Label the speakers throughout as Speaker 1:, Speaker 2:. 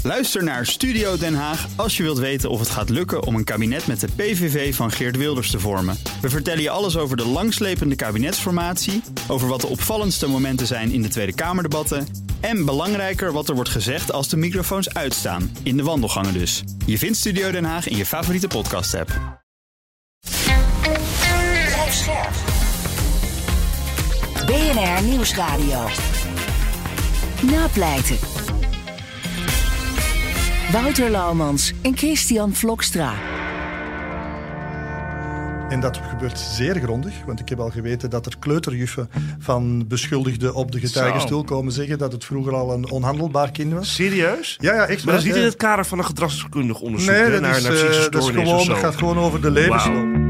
Speaker 1: Luister naar Studio Den Haag als je wilt weten of het gaat lukken om een kabinet met de PVV van Geert Wilders te vormen. We vertellen je alles over de langslepende kabinetsformatie, over wat de opvallendste momenten zijn in de Tweede Kamerdebatten en belangrijker wat er wordt gezegd als de microfoons uitstaan, in de wandelgangen dus. Je vindt Studio Den Haag in je favoriete podcast-app.
Speaker 2: BNR Nieuwsradio. Napleiten. Wouter Laumans en Christian Vlokstra.
Speaker 3: En dat gebeurt zeer grondig, want ik heb al geweten dat er kleuterjuffen van beschuldigden op de getuigenstoel komen zeggen dat het vroeger al een onhandelbaar kind was.
Speaker 4: Serieus?
Speaker 3: Ja, echt.
Speaker 4: Maar dat is niet in het kader van een gedragskundig onderzoek
Speaker 3: Nee,
Speaker 4: naar psychische stoornissen.
Speaker 3: Dat gaat gewoon over de levensloop.
Speaker 4: Wow.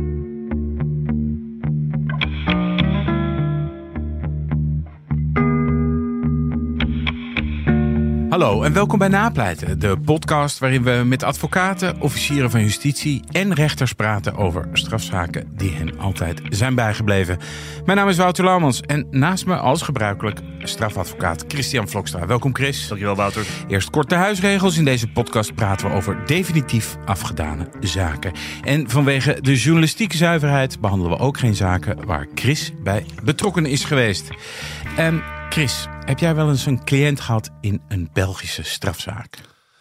Speaker 5: Hallo en welkom bij Napleiten, de podcast waarin we met advocaten, officieren van justitie en rechters praten over strafzaken die hen altijd zijn bijgebleven. Mijn naam is Wouter Laumans en naast me als gebruikelijk strafadvocaat Christian Vlokstra. Welkom Chris.
Speaker 4: Dankjewel Wouter.
Speaker 5: Eerst kort de huisregels. In deze podcast praten we over definitief afgedane zaken. En vanwege de journalistieke zuiverheid behandelen we ook geen zaken waar Chris bij betrokken is geweest. Chris, heb jij wel eens een cliënt gehad in een Belgische strafzaak?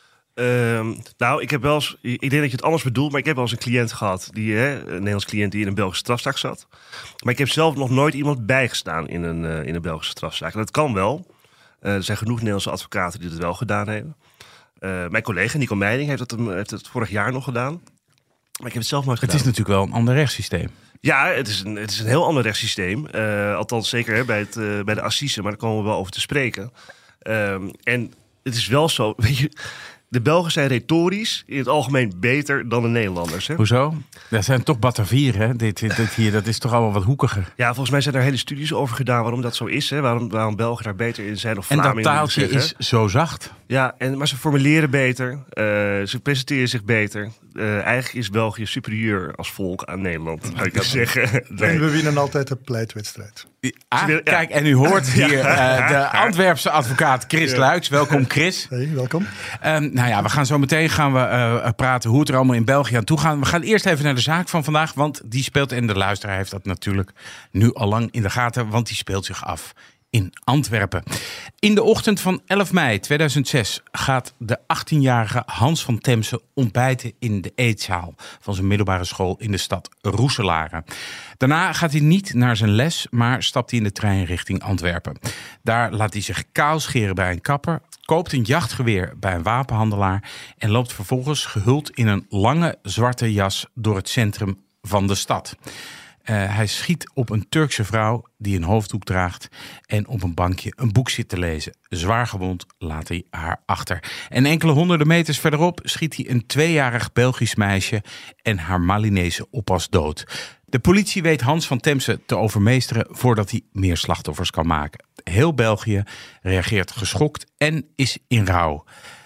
Speaker 4: Nou, ik heb wel eens, ik denk dat je het anders bedoelt, maar ik heb wel eens een cliënt gehad, een Nederlands cliënt die in een Belgische strafzaak zat. Maar ik heb zelf nog nooit iemand bijgestaan in een Belgische strafzaak. En dat kan wel. Er zijn genoeg Nederlandse advocaten die dat wel gedaan hebben. Mijn collega Nico Meijing heeft het vorig jaar nog gedaan. Maar ik heb het zelf nooit gedaan.
Speaker 5: Het is natuurlijk wel een ander rechtssysteem.
Speaker 4: Ja, het is een heel ander rechtssysteem. Althans, zeker bij de assise, maar daar komen we wel over te spreken. En het is wel zo, weet je, de Belgen zijn retorisch in het algemeen beter dan de Nederlanders. Hè?
Speaker 5: Hoezo? Dat zijn toch Batavieren, hè? Dit hier, dat is toch allemaal wat hoekiger.
Speaker 4: Ja, volgens mij zijn er hele studies over gedaan waarom dat zo is. Hè? Waarom Belgen daar beter in zijn of Vlamingen.
Speaker 5: En dat taaltje is zo zacht.
Speaker 4: Ja, maar ze formuleren beter. Ze presenteren zich beter. Eigenlijk is België superieur als volk aan Nederland, zou ik zeggen. Nee.
Speaker 3: En we winnen altijd de pleitwedstrijd.
Speaker 5: Kijk, en u hoort hier de Antwerpse advocaat Chris Luijks. Welkom Chris.
Speaker 3: Hey, welkom.
Speaker 5: Nou ja, we gaan zo meteen praten hoe het er allemaal in België aan toe gaat. We gaan eerst even naar de zaak van vandaag, want die speelt, en de luisteraar heeft dat natuurlijk nu al lang in de gaten, want die speelt zich af in Antwerpen. In de ochtend van 11 mei 2006 gaat de 18-jarige Hans van Temse ontbijten in de eetzaal van zijn middelbare school in de stad Roeselare. Daarna gaat hij niet naar zijn les, maar stapt hij in de trein richting Antwerpen. Daar laat hij zich kaal scheren bij een kapper, koopt een jachtgeweer bij een wapenhandelaar en loopt vervolgens gehuld in een lange zwarte jas door het centrum van de stad. Hij schiet op een Turkse vrouw die een hoofddoek draagt en op een bankje een boek zit te lezen. Zwaargewond laat hij haar achter. En enkele honderden meters verderop schiet hij een 2-jarig Belgisch meisje en haar Malinese oppas dood. De politie weet Hans van Temse te overmeesteren voordat hij meer slachtoffers kan maken. Heel België reageert geschokt en is in rouw.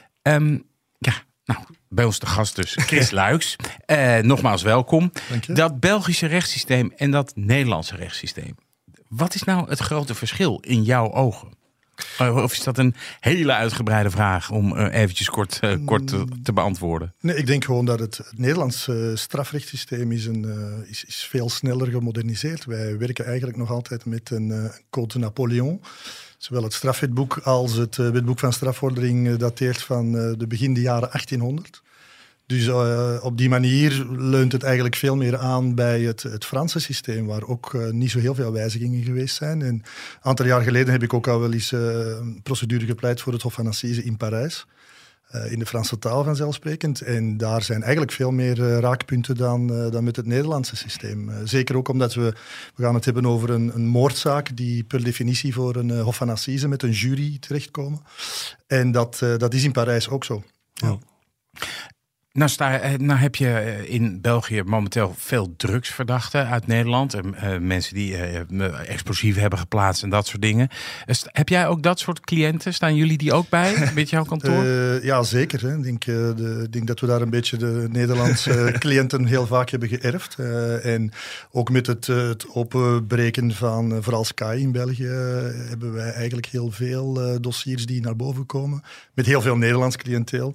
Speaker 5: Bij ons de gast dus Chris Luijks. Nogmaals welkom.
Speaker 3: Dank je.
Speaker 5: Dat Belgische rechtssysteem en dat Nederlandse rechtssysteem. Wat is nou het grote verschil in jouw ogen? Of is dat een hele uitgebreide vraag om eventjes kort te beantwoorden? Nee,
Speaker 3: ik denk gewoon dat het Nederlandse strafrechtssysteem is veel sneller gemoderniseerd. Wij werken eigenlijk nog altijd met een Code Napoleon. Zowel het strafwetboek als het wetboek van strafvordering dateert van de begin de jaren 1800. Dus op die manier leunt het eigenlijk veel meer aan bij het Franse systeem, waar ook niet zo heel veel wijzigingen geweest zijn. En een aantal jaar geleden heb ik ook al wel eens een procedure gepleit voor het Hof van Assise in Parijs. In de Franse taal vanzelfsprekend. En daar zijn eigenlijk veel meer raakpunten dan met het Nederlandse systeem. Zeker ook omdat we gaan het hebben over een moordzaak die per definitie voor een Hof van Assise met een jury terechtkomen. En dat is in Parijs ook zo. Ja.
Speaker 5: Nou heb je in België momenteel veel drugsverdachten uit Nederland. Mensen die explosieven hebben geplaatst en dat soort dingen. Heb jij ook dat soort cliënten? Staan jullie die ook bij met jouw kantoor?
Speaker 3: Ja, zeker. Hè. Ik denk dat we daar een beetje de Nederlandse cliënten heel vaak hebben geërfd. En ook met het openbreken van vooral Sky in België hebben wij eigenlijk heel veel dossiers die naar boven komen. Met heel veel Nederlands cliënteel.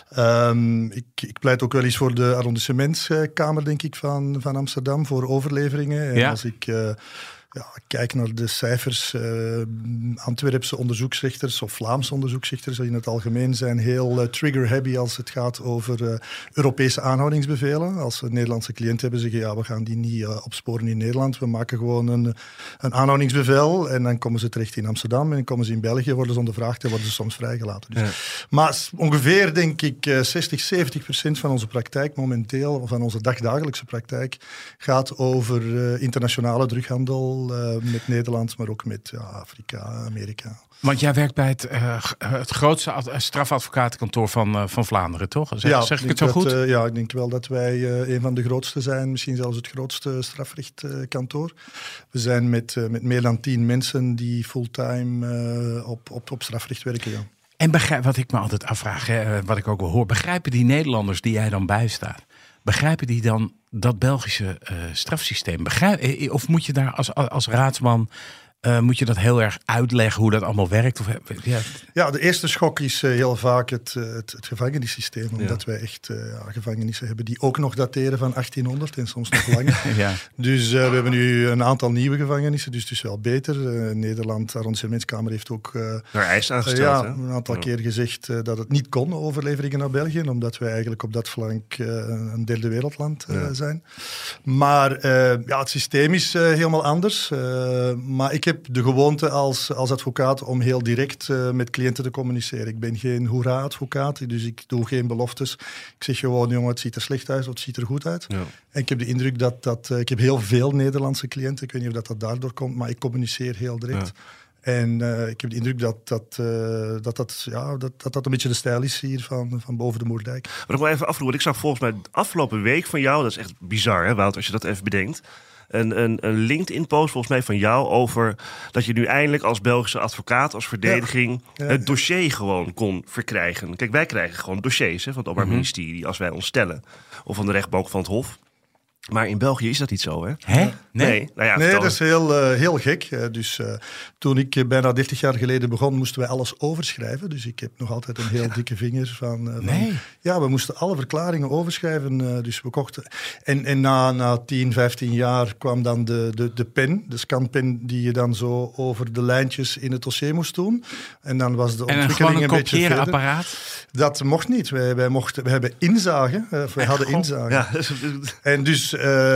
Speaker 3: Ik pleit ook wel eens voor de arrondissementskamer, denk ik, van Amsterdam, voor overleveringen. En als ik kijk naar de cijfers, Antwerpse onderzoeksrechters of Vlaamse onderzoeksrechters in het algemeen zijn heel trigger-happy als het gaat over Europese aanhoudingsbevelen. Als ze Nederlandse cliënten hebben, zeggen we gaan die niet opsporen in Nederland. We maken gewoon een aanhoudingsbevel en dan komen ze terecht in Amsterdam en dan komen ze in België, worden ze ondervraagd en worden ze soms vrijgelaten. Dus. Maar ongeveer, denk ik, 60-70% van onze praktijk momenteel, van onze dagdagelijkse praktijk, gaat over internationale drughandel, met Nederland, maar ook met Afrika, Amerika.
Speaker 5: Want jij werkt bij het grootste strafadvocatenkantoor van Vlaanderen, toch? Zeg ik het zo goed?
Speaker 3: Ik denk wel dat wij een van de grootste zijn. Misschien zelfs het grootste strafrechtkantoor. We zijn met meer dan 10 mensen die fulltime op strafrecht werken. Ja.
Speaker 5: En wat ik me altijd afvraag, wat ik ook wel hoor, begrijpen die Nederlanders die jij dan bijstaat, begrijpen die dan dat Belgische strafsysteem? Of moet je daar als raadsman moet je dat heel erg uitleggen hoe dat allemaal werkt?
Speaker 3: Ja, de eerste schok is heel vaak het gevangenissysteem. Omdat wij echt gevangenissen hebben die ook nog dateren van 1800 en soms nog langer. Dus we hebben nu een aantal nieuwe gevangenissen, dus het is wel beter. Nederland, arrondissementskamer heeft ook
Speaker 4: daar eisen aangesteld,
Speaker 3: een aantal keer gezegd dat het niet kon, overleveringen naar België, omdat wij eigenlijk op dat flank een derde wereldland zijn. Maar het systeem is helemaal anders. Maar ik heb de gewoonte als advocaat om heel direct met cliënten te communiceren. Ik ben geen hoera-advocaat, dus ik doe geen beloftes. Ik zeg gewoon, jongen, het ziet er slecht uit of het ziet er goed uit. Ja. En ik heb de indruk dat ik heb heel veel Nederlandse cliënten, ik weet niet of dat daardoor komt, maar ik communiceer heel direct. Ja. En ik heb de indruk dat een beetje de stijl is hier van boven de Moerdijk.
Speaker 4: Maar ik wil even afvroegen, ik zag volgens mij de afgelopen week van jou, dat is echt bizar, hè, Wout, als je dat even bedenkt, een LinkedIn-post volgens mij van jou over dat je nu eindelijk als Belgische advocaat, als verdediging, het dossier gewoon kon verkrijgen. Kijk, wij krijgen gewoon dossiers van het Openbaar Ministerie als wij ons stellen. Of van de rechtbank van het Hof. Maar in België is dat niet zo, hè? Nee,
Speaker 3: dat is heel gek. Dus toen ik bijna 30 jaar geleden begon, moesten wij alles overschrijven. Dus ik heb nog altijd een heel dikke vinger we moesten alle verklaringen overschrijven. Dus we kochten. En na 10, 15 jaar kwam dan de pen, de scanpen, die je dan zo over de lijntjes in het dossier moest doen. En dan was de ontwikkeling een beetje verder. En een kopieerapparaat? Dat mocht niet. We hebben inzage. Wij hadden inzage. Ja. En dus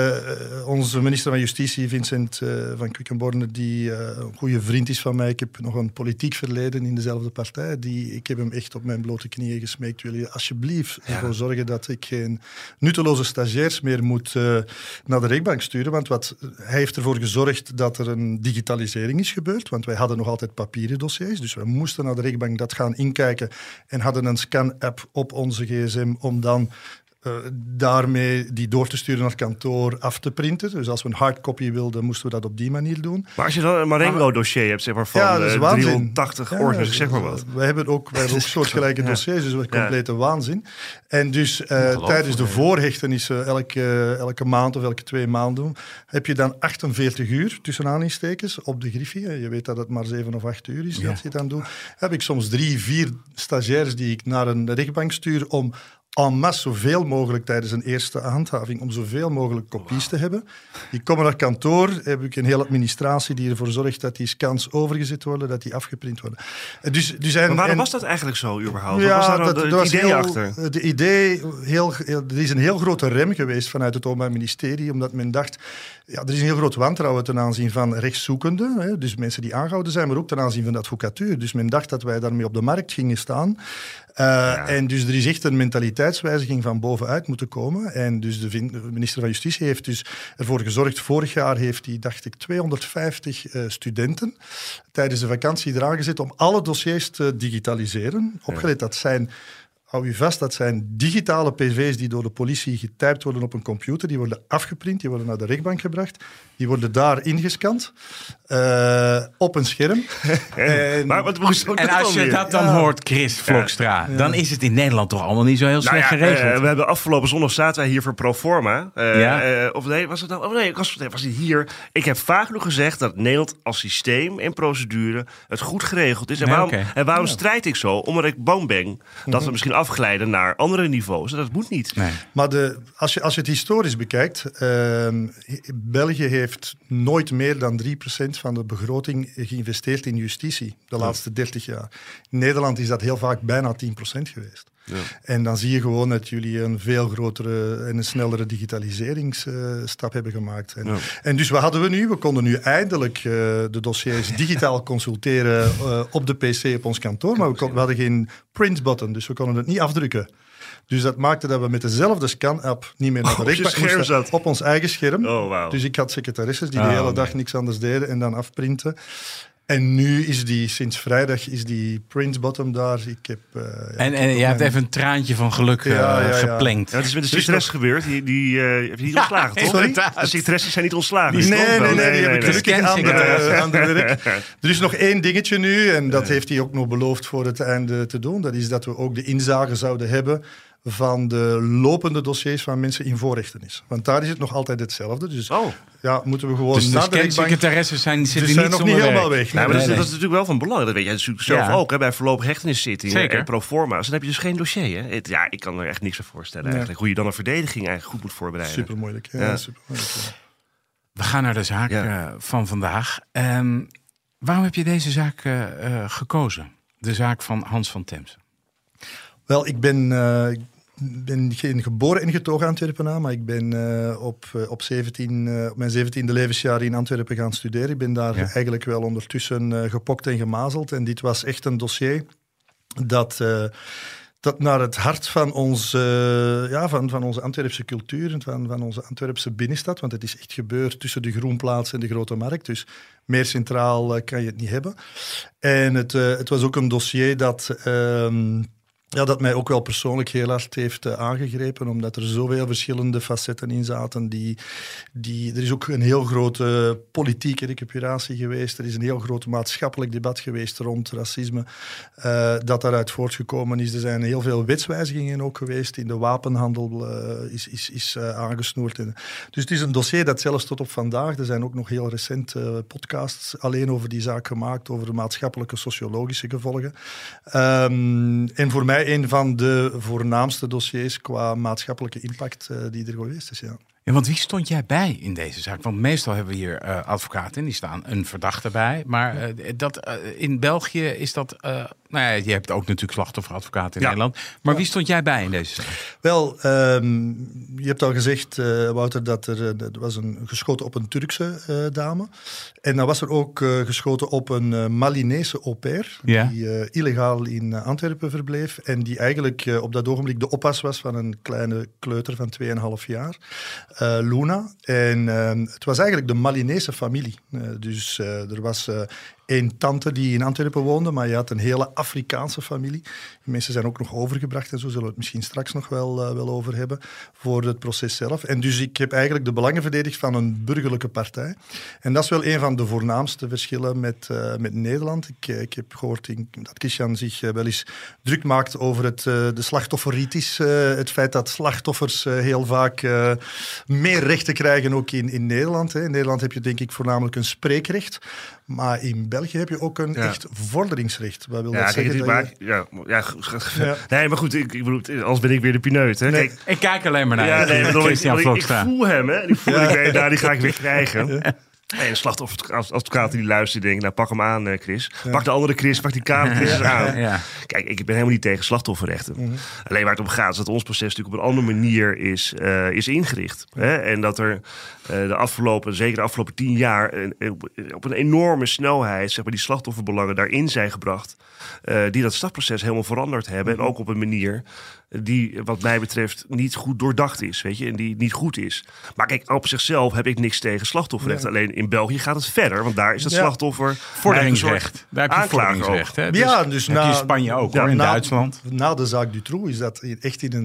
Speaker 3: onze minister van Justitie, Vincent van Quickenborne, die een goede vriend is van mij. Ik heb nog een politiek verleden in dezelfde partij. Ik heb hem echt op mijn blote knieën gesmeekt. Wil je alsjeblieft ervoor zorgen dat ik geen nutteloze stagiairs meer moet naar de rechtbank sturen? Want hij heeft ervoor gezorgd dat er een digitalisering is gebeurd. Want wij hadden nog altijd papieren dossiers. Dus we moesten naar de rechtbank dat gaan inkijken en hadden een scan-app op onze gsm om dan daarmee die door te sturen naar het kantoor af te printen. Dus als we een hardcopy wilden, moesten we dat op die manier doen.
Speaker 4: Maar als je dan een Marengo-dossier hebt, zeg maar, van 380 ordners, zeg maar wat.
Speaker 3: Wij hebben ook soortgelijke dossiers, dus dat is complete waanzin. En dus tijdens de voorhechtenissen, elke maand of elke 2 maanden, heb je dan 48 uur, tussen aanhalingstekens, op de griffie. Je weet dat het maar 7 of 8 uur is dat je dan doet. Heb ik soms 3, 4 stagiairs die ik naar een rechtbank stuur om en masse zoveel mogelijk tijdens een eerste handhaving om zoveel mogelijk kopies te hebben. Die komen naar kantoor, heb ik een hele administratie die ervoor zorgt dat die scans overgezet worden, dat die afgeprint worden.
Speaker 4: Maar waarom was dat eigenlijk zo überhaupt? Wat was daar het idee achter?
Speaker 3: De idee, er is een heel grote rem geweest vanuit het Openbaar Ministerie, omdat men dacht, er is een heel groot wantrouwen ten aanzien van rechtszoekenden, dus mensen die aangehouden zijn, maar ook ten aanzien van de advocatuur. Dus men dacht dat wij daarmee op de markt gingen staan. En dus er is echt een mentaliteitswijziging van bovenuit moeten komen. En dus de minister van Justitie heeft dus ervoor gezorgd, vorig jaar heeft hij, dacht ik, 250 studenten tijdens de vakantie eraan gezet om alle dossiers te digitaliseren. Opgelet, dat zijn hou je vast, dat zijn digitale PV's die door de politie getypt worden op een computer. Die worden afgeprint, die worden naar de rechtbank gebracht. Die worden daar ingescand op een scherm.
Speaker 4: Maar wat moest ook
Speaker 5: En als je dat dan hoort, Chris Vlokstra, dan is het in Nederland toch allemaal niet zo heel slecht geregeld.
Speaker 4: We hebben afgelopen zondag zaten wij hier voor Proforma. Of nee, was het nou? Was het hier? Ik heb vaak nog gezegd dat Nederland als systeem en procedure het goed geregeld is. En waarom strijd ik zo? Omdat ik bang ben dat we misschien afglijden naar andere niveaus. Dat moet niet.
Speaker 5: Nee.
Speaker 3: Maar als je het historisch bekijkt, België heeft nooit meer dan 3% van de begroting geïnvesteerd in justitie de laatste 30 jaar. In Nederland is dat heel vaak bijna 10% geweest. Ja. En dan zie je gewoon dat jullie een veel grotere en een snellere digitaliseringsstap hebben gemaakt. En dus wat hadden we nu? We konden nu eindelijk de dossiers digitaal consulteren op de PC op ons kantoor, maar we hadden geen print button, dus we konden het niet afdrukken. Dus dat maakte dat we met dezelfde scan-app niet meer naar de rechtbank moesten, op ons eigen scherm.
Speaker 4: Oh, wow.
Speaker 3: Dus ik had secretaresses die de hele dag niks anders deden en dan afprinten. En nu is sinds vrijdag is die print bottom daar. Ik heb,
Speaker 5: en je hebt even een traantje van geluk geplenkt.
Speaker 4: Ja, het is met de secretaresse gebeurd. Die heb je niet ontslagen, toch?
Speaker 5: Sorry?
Speaker 4: De secretaresses zijn niet ontslagen.
Speaker 3: Nee, die heb ik gelukkig aan de werk. Er is nog één dingetje nu, en dat heeft hij ook nog beloofd voor het einde te doen. Dat is dat we ook de inzage zouden hebben van de lopende dossiers van mensen in voorrechtenis. Want daar is het nog altijd hetzelfde. Dus moeten we gewoon
Speaker 5: dus
Speaker 3: naar de rechtbank.
Speaker 5: Secretaressen zijn
Speaker 3: nog niet helemaal weg.
Speaker 4: Dat is natuurlijk wel van belang. Dat weet jij natuurlijk zelf ook. Hè, bij voorlopig hechteniszittingen en proforma's. Dan heb je dus geen dossier. Hè? Ik kan er echt niks van voorstellen eigenlijk. Hoe je dan een verdediging eigenlijk goed moet voorbereiden.
Speaker 3: Super moeilijk.
Speaker 5: We gaan naar de zaak van vandaag. Waarom heb je deze zaak gekozen? De zaak van Hans van Temse.
Speaker 3: Wel, ik ben geen geboren en getogen Antwerpenaar, maar ik ben op mijn 17e levensjaar in Antwerpen gaan studeren. Ik ben daar eigenlijk wel ondertussen gepokt en gemazeld. En dit was echt een dossier dat naar het hart van van onze Antwerpse cultuur en van onze Antwerpse binnenstad, want het is echt gebeurd tussen de Groenplaats en de Grote Markt, dus meer centraal kan je het niet hebben. En het was ook een dossier dat mij ook wel persoonlijk heel hard heeft aangegrepen, omdat er zoveel verschillende facetten in zaten. Er is ook een heel grote politieke recuperatie geweest. Er is een heel groot maatschappelijk debat geweest rond racisme dat daaruit voortgekomen is. Er zijn heel veel wetswijzigingen ook geweest. In de wapenhandel is aangesnoerd. Dus het is een dossier dat zelfs tot op vandaag, er zijn ook nog heel recent podcasts alleen over die zaak gemaakt, over de maatschappelijke, sociologische gevolgen. En voor mij een van de voornaamste dossiers qua maatschappelijke impact die er geweest is.
Speaker 5: Ja, want wie stond jij bij in deze zaak? Want meestal hebben we hier advocaten, die staan een verdachte bij. Maar in België is dat... je hebt ook natuurlijk slachtofferadvocaten in Nederland. Maar wie stond jij bij in deze zaak?
Speaker 3: Wel, je hebt al gezegd, Wouter, dat er was geschoten op een Turkse dame. En dan was er ook geschoten op een Malinese au pair, die illegaal in Antwerpen verbleef. En die eigenlijk op dat ogenblik de oppas was van een kleine kleuter van 2,5 jaar. Luna. En het was eigenlijk de Malinese familie. Dus er was één tante die in Antwerpen woonde, maar je had een hele Afrikaanse familie. Die mensen zijn ook nog overgebracht en zo zullen we het misschien straks nog wel over hebben voor het proces zelf. En dus ik heb eigenlijk de belangen verdedigd van een burgerlijke partij. En dat is wel een van de voornaamste verschillen met Nederland. Ik heb gehoord dat Christian zich wel eens druk maakt over de slachtofferritis. Het feit dat slachtoffers heel vaak meer rechten krijgen ook in Nederland. In Nederland heb je denk ik voornamelijk een spreekrecht. Maar in België heb je ook een echt vorderingsrecht. Wat wil dat zeggen?
Speaker 4: Nee, maar goed, ik bedoel, anders ben ik weer de pineut. Hè?
Speaker 5: Nee. Ik kijk alleen maar naar Christian Vlokstra.
Speaker 4: Ik voel hem, hè? Die ga ik weer krijgen. En een slachtofferadvocaat die luistert, denkt, nou pak hem aan, Chris. Pak de andere Chris, pak die kale Chris aan. Ja. Kijk, ik ben helemaal niet tegen slachtofferrechten. Mm-hmm. Alleen waar het om gaat is dat ons proces natuurlijk op een andere manier is ingericht. Hè? En dat er zeker de afgelopen 10 jaar op een enorme snelheid, zeg maar, die slachtofferbelangen daarin zijn gebracht. Die dat strafproces helemaal veranderd hebben. Mm-hmm. En ook op een manier die, wat mij betreft, niet goed doordacht is. Weet je? En die niet goed is. Maar kijk, op zichzelf heb ik niks tegen slachtofferrechten. Alleen in België gaat het verder. Want daar is het slachtoffer...
Speaker 5: Vorderingsrecht. Daar heb je
Speaker 4: aanklager
Speaker 5: vorderingsrecht. Hè? Dus
Speaker 3: Ja, dus
Speaker 5: heb je in Spanje ook, hoor, in Duitsland.
Speaker 3: Na de zaak Dutroux is dat echt in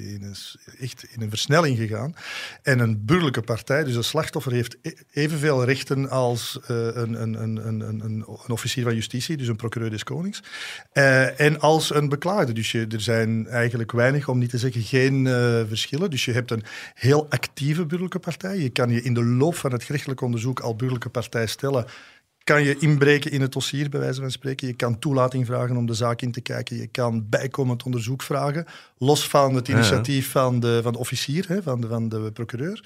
Speaker 3: een versnelling gegaan. En een burgerlijke partij, dus een slachtoffer, heeft evenveel rechten als een officier van justitie, dus een procureur des konings. En als een beklaagde. Dus er zijn eigenlijk weinig, om niet te zeggen geen verschillen. Dus je hebt een heel actieve burgerlijke partij. Je kan je in de loop van het gerechtelijk onderzoek al burgerlijke partij stellen. Kan je inbreken in het dossier, bij wijze van spreken. Je kan toelating vragen om de zaak in te kijken. Je kan bijkomend onderzoek vragen. Los van het initiatief van de officier, van de procureur.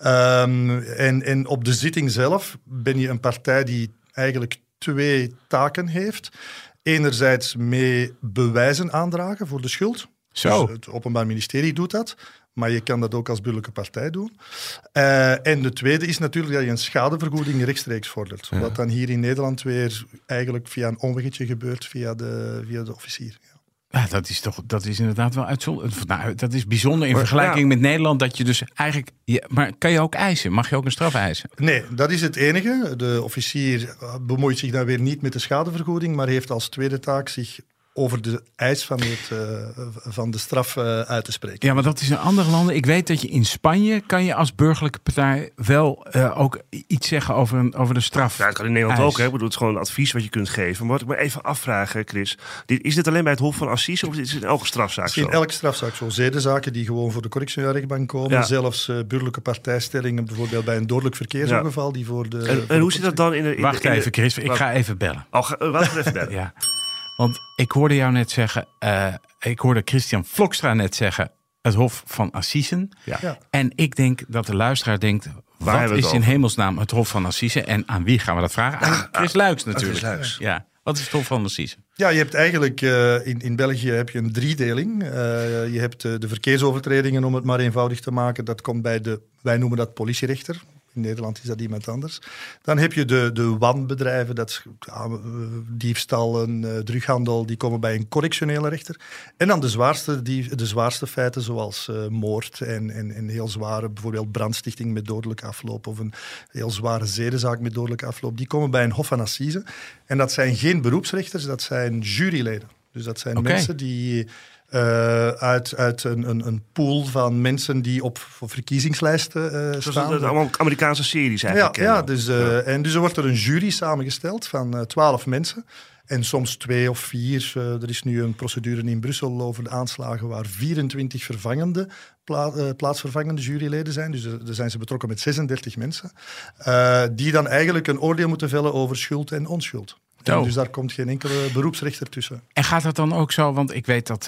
Speaker 3: En op de zitting zelf ben je een partij die eigenlijk 2 taken heeft. Enerzijds mee bewijzen aandragen voor de schuld.
Speaker 5: Zo.
Speaker 3: Dus het Openbaar Ministerie doet dat. Maar je kan dat ook als burgerlijke partij doen. En de tweede is natuurlijk dat je een schadevergoeding rechtstreeks vordert. Ja. Wat dan hier in Nederland weer eigenlijk via een omweggetje gebeurt via de officier.
Speaker 5: Ja, dat is inderdaad wel uitzonderlijk. Nou, dat is bijzonder in vergelijking met Nederland. Dat je dus eigenlijk... maar kan je ook eisen? Mag je ook een straf eisen?
Speaker 3: Nee, dat is het enige. De officier bemoeit zich dan weer niet met de schadevergoeding, maar heeft als tweede taak zich over de eis van de straf uit te spreken. Ja,
Speaker 5: maar dat is in andere landen. Ik weet dat je in Spanje kan je als burgerlijke partij wel ook iets zeggen over de straf.
Speaker 4: Ja, dat kan in Nederland ook. Hè? Ik bedoel, het is gewoon een advies wat je kunt geven. Maar wat ik me even afvraag, Chris. Is dit alleen bij het Hof van Assise of is het in elke strafzaak zo?
Speaker 3: In elke strafzaak zo. Zedenzaken die gewoon voor de correctionele rechtbank komen. Ja. Zelfs burgerlijke partijstellingen, bijvoorbeeld bij een dodelijk verkeersongeval. Die voor de.
Speaker 4: En hoe zit dat dan in de...
Speaker 5: Wacht even, Chris. Ik ga even bellen.
Speaker 4: Wacht even bellen.
Speaker 5: Ja. Want ik hoorde jou net zeggen, ik hoorde Christian Vlokstra net zeggen, het Hof van Assisen. Ja. En ik denk dat de luisteraar denkt, wat is in hemelsnaam het Hof van Assisen? En aan wie gaan we dat vragen? Aan Chris Luijks natuurlijk. Chris Luijks. Ja. Wat is het Hof van Assisen?
Speaker 3: Ja, je hebt eigenlijk in België heb je een driedeling. Je hebt de verkeersovertredingen, om het maar eenvoudig te maken. Dat komt bij wij noemen dat politierechter. In Nederland is dat iemand anders. Dan heb je de wanbedrijven, dat is diefstal, drughandel, die komen bij een correctionele rechter. En dan de zwaarste feiten, zoals moord en heel zware, bijvoorbeeld brandstichting met dodelijke afloop of een heel zware zedenzaak met dodelijke afloop, die komen bij een Hof van Assise. En dat zijn geen beroepsrechters, dat zijn juryleden. Dus dat zijn mensen die uit een pool van mensen die op verkiezingslijsten staan.
Speaker 4: Dat allemaal Amerikaanse series eigenlijk.
Speaker 3: En dus er wordt er een jury samengesteld van 12 mensen. En soms 2 of 4. Er is nu een procedure in Brussel over de aanslagen waar 24 plaatsvervangende juryleden zijn. Dus daar zijn ze betrokken met 36 mensen. Die dan eigenlijk een oordeel moeten vellen over schuld en onschuld. Dus daar komt geen enkele beroepsrechter tussen.
Speaker 5: En gaat dat dan ook zo? Want ik weet dat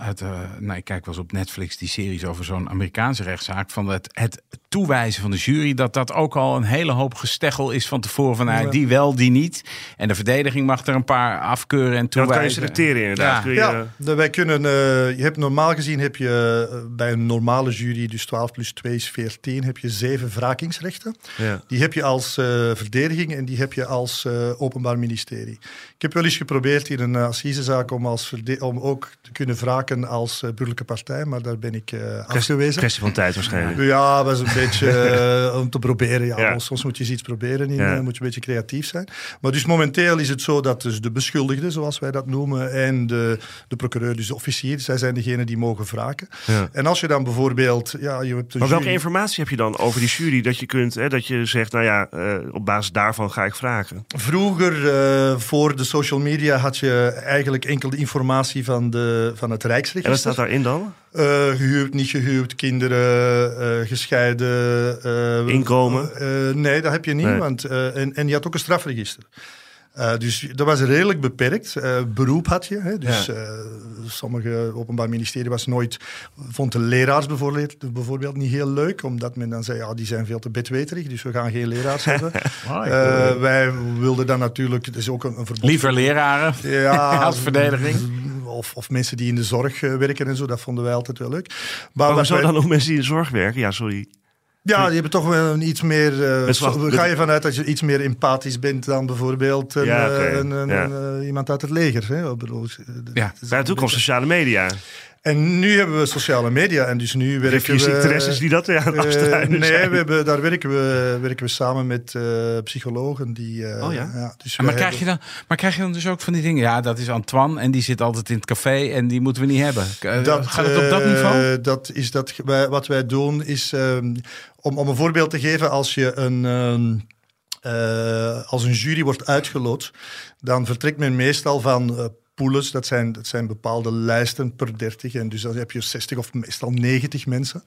Speaker 5: ik kijk wel eens op Netflix die series over zo'n Amerikaanse rechtszaak. Van het toewijzen van de jury. Dat ook al een hele hoop gesteggel is van tevoren. Van die wel, die niet. En de verdediging mag er een paar afkeuren en toewijzen.
Speaker 4: Dat kan je selecteren inderdaad.
Speaker 3: Wij kunnen. Normaal gezien heb je bij een normale jury, dus 12 plus 2 is 14, heb je 7 wrakingsrechten. Ja. Die heb je als verdediging en die heb je als Openbaar Ministerie. Ik heb wel eens geprobeerd in een assisezaak om ook te kunnen wraken als burgerlijke partij, maar daar ben ik afgewezen.
Speaker 4: Kwestie van tijd waarschijnlijk.
Speaker 3: Ja, dat was een beetje om te proberen. Ja. Soms moet je eens iets proberen, moet je een beetje creatief zijn. Maar dus momenteel is het zo dat dus de beschuldigde, zoals wij dat noemen, en de procureur, dus de officier, zij zijn degenen die mogen wraken. Ja. En als je dan bijvoorbeeld...
Speaker 4: Maar welke informatie heb je dan over die jury dat je kunt, dat je zegt, op basis daarvan ga ik wraken?
Speaker 3: Vroeger... voor de social media had je eigenlijk enkel de informatie van het Rijksregister.
Speaker 4: En wat staat daarin dan?
Speaker 3: Gehuwd, niet gehuwd, kinderen, gescheiden.
Speaker 4: Inkomen?
Speaker 3: Nee, dat heb je niet. Nee. Want, en je had ook een strafregister. Dus dat was redelijk beperkt. Beroep had je. Hè? Dus sommige Openbaar Ministerie vond de leraars bijvoorbeeld niet heel leuk, omdat men dan zei, die zijn veel te bedweterig, dus we gaan geen leraars hebben. Wij wilden dan natuurlijk, het is ook een verbod.
Speaker 5: Liever leraren als verdediging.
Speaker 3: Of mensen die in de zorg werken en zo, dat vonden wij altijd wel leuk.
Speaker 4: Maar zo dan ook mensen die in de zorg werken? Ja, sorry.
Speaker 3: Ja, die hebben toch wel iets meer... ga je vanuit dat je iets meer empathisch bent dan bijvoorbeeld iemand uit het leger. Hè?
Speaker 4: Bij de toekomst sociale media.
Speaker 3: En nu hebben we sociale media en dus nu werken we...
Speaker 4: interesses die dat aan afstruinen zijn.
Speaker 3: Daar werken we samen met psychologen. Dus
Speaker 5: maar krijg je dan dus ook van die dingen? Ja, dat is Antoine en die zit altijd in het café en die moeten we niet hebben. Gaat het op dat niveau?
Speaker 3: Wat wij doen is, om een voorbeeld te geven, als je als een jury wordt uitgeloot, dan vertrekt men meestal van... poules, dat zijn bepaalde lijsten per 30. En dus dan heb je 60 of meestal 90 mensen.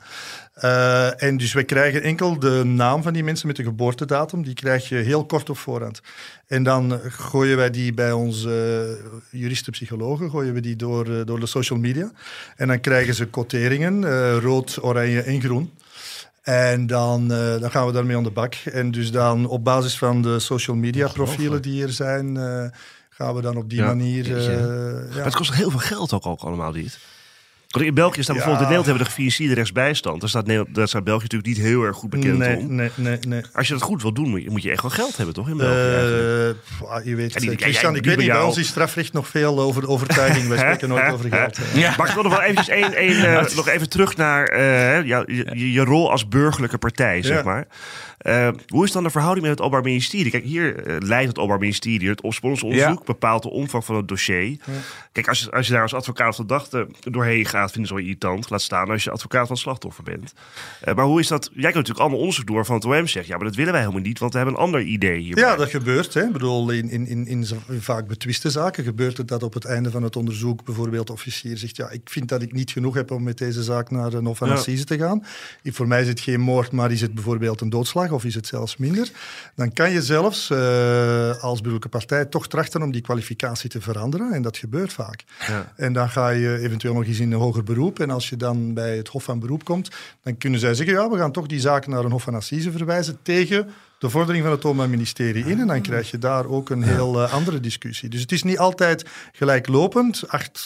Speaker 3: En dus wij krijgen enkel de naam van die mensen met de geboortedatum. Die krijg je heel kort op voorhand. En dan gooien wij die bij onze juristen-psychologen, gooien we die door de social media. En dan krijgen ze quoteringen, rood, oranje en groen. En dan gaan we daarmee aan de bak. En dus dan op basis van de social media profielen die er zijn... gaan we dan op die manier...
Speaker 4: Maar het kost heel veel geld ook allemaal dit. Want in België staat bijvoorbeeld... in Nederland hebben we de gefinancierde rechtsbijstand. Daar staat België natuurlijk niet heel erg goed bekend om.
Speaker 3: Nee.
Speaker 4: Als je dat goed wil doen, moet je echt wel geld hebben, toch? In België
Speaker 3: je weet, Christian, ik weet niet, bij ons is strafrecht nog veel over overtuiging. Wij spreken nooit over geld.
Speaker 4: Maar ik wil nog wel eventjes nog even terug naar je rol als burgerlijke partij, zeg maar. Hoe is dan de verhouding met het Openbaar Ministerie? Kijk, hier leidt het Openbaar Ministerie het opsporingsonderzoek, bepaalt de omvang van het dossier. Ja. Kijk, als je daar als advocaat van verdachte doorheen gaat, vinden ze wel irritant. Laat staan als je advocaat van het slachtoffer bent. Maar hoe is dat? Jij kunt natuurlijk allemaal onderzoek door van het OM zegt, ja, maar dat willen wij helemaal niet, want we hebben een ander idee hierbij.
Speaker 3: Ja, dat gebeurt. Hè. Ik bedoel, in vaak betwiste zaken gebeurt het dat op het einde van het onderzoek bijvoorbeeld de officier zegt, ja, ik vind dat ik niet genoeg heb om met deze zaak naar een hof van assise te gaan. Voor mij is het geen moord, maar is het bijvoorbeeld een doodslag of is het zelfs minder, dan kan je zelfs als burgerlijke partij toch trachten om die kwalificatie te veranderen. En dat gebeurt vaak. Ja. En dan ga je eventueel nog eens in een hoger beroep. En als je dan bij het Hof van Beroep komt, dan kunnen zij zeggen, ja, we gaan toch die zaak naar een Hof van Assise verwijzen tegen de vordering van het Openbaar Ministerie in. En dan krijg je daar ook een heel andere discussie. Dus het is niet altijd gelijklopend.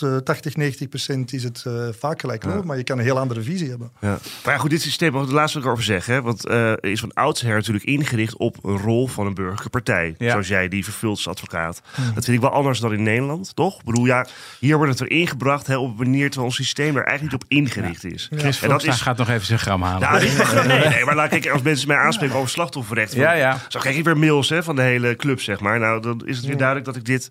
Speaker 3: 80-90% is het vaak gelijklopend, maar je kan een heel andere visie hebben. Ja.
Speaker 4: Maar ja, goed, dit systeem, wat de laatste over zeggen, hè, want is van oudsher natuurlijk ingericht op een rol van een burgerlijke partij. Ja. Zoals jij die vervult als advocaat. Dat vind ik wel anders dan in Nederland, toch? Ik bedoel, ja, hier wordt het erin gebracht op een manier terwijl ons systeem er eigenlijk niet op ingericht is.
Speaker 5: Ja. Chris Vlogtstra gaat nog even zijn gram halen.
Speaker 4: Nou, nee, maar laat ik als mensen mij aanspreken over slachtofferrecht. Zo krijg ik weer mails van de hele club, zeg maar. Nou, dan is het weer duidelijk dat ik dit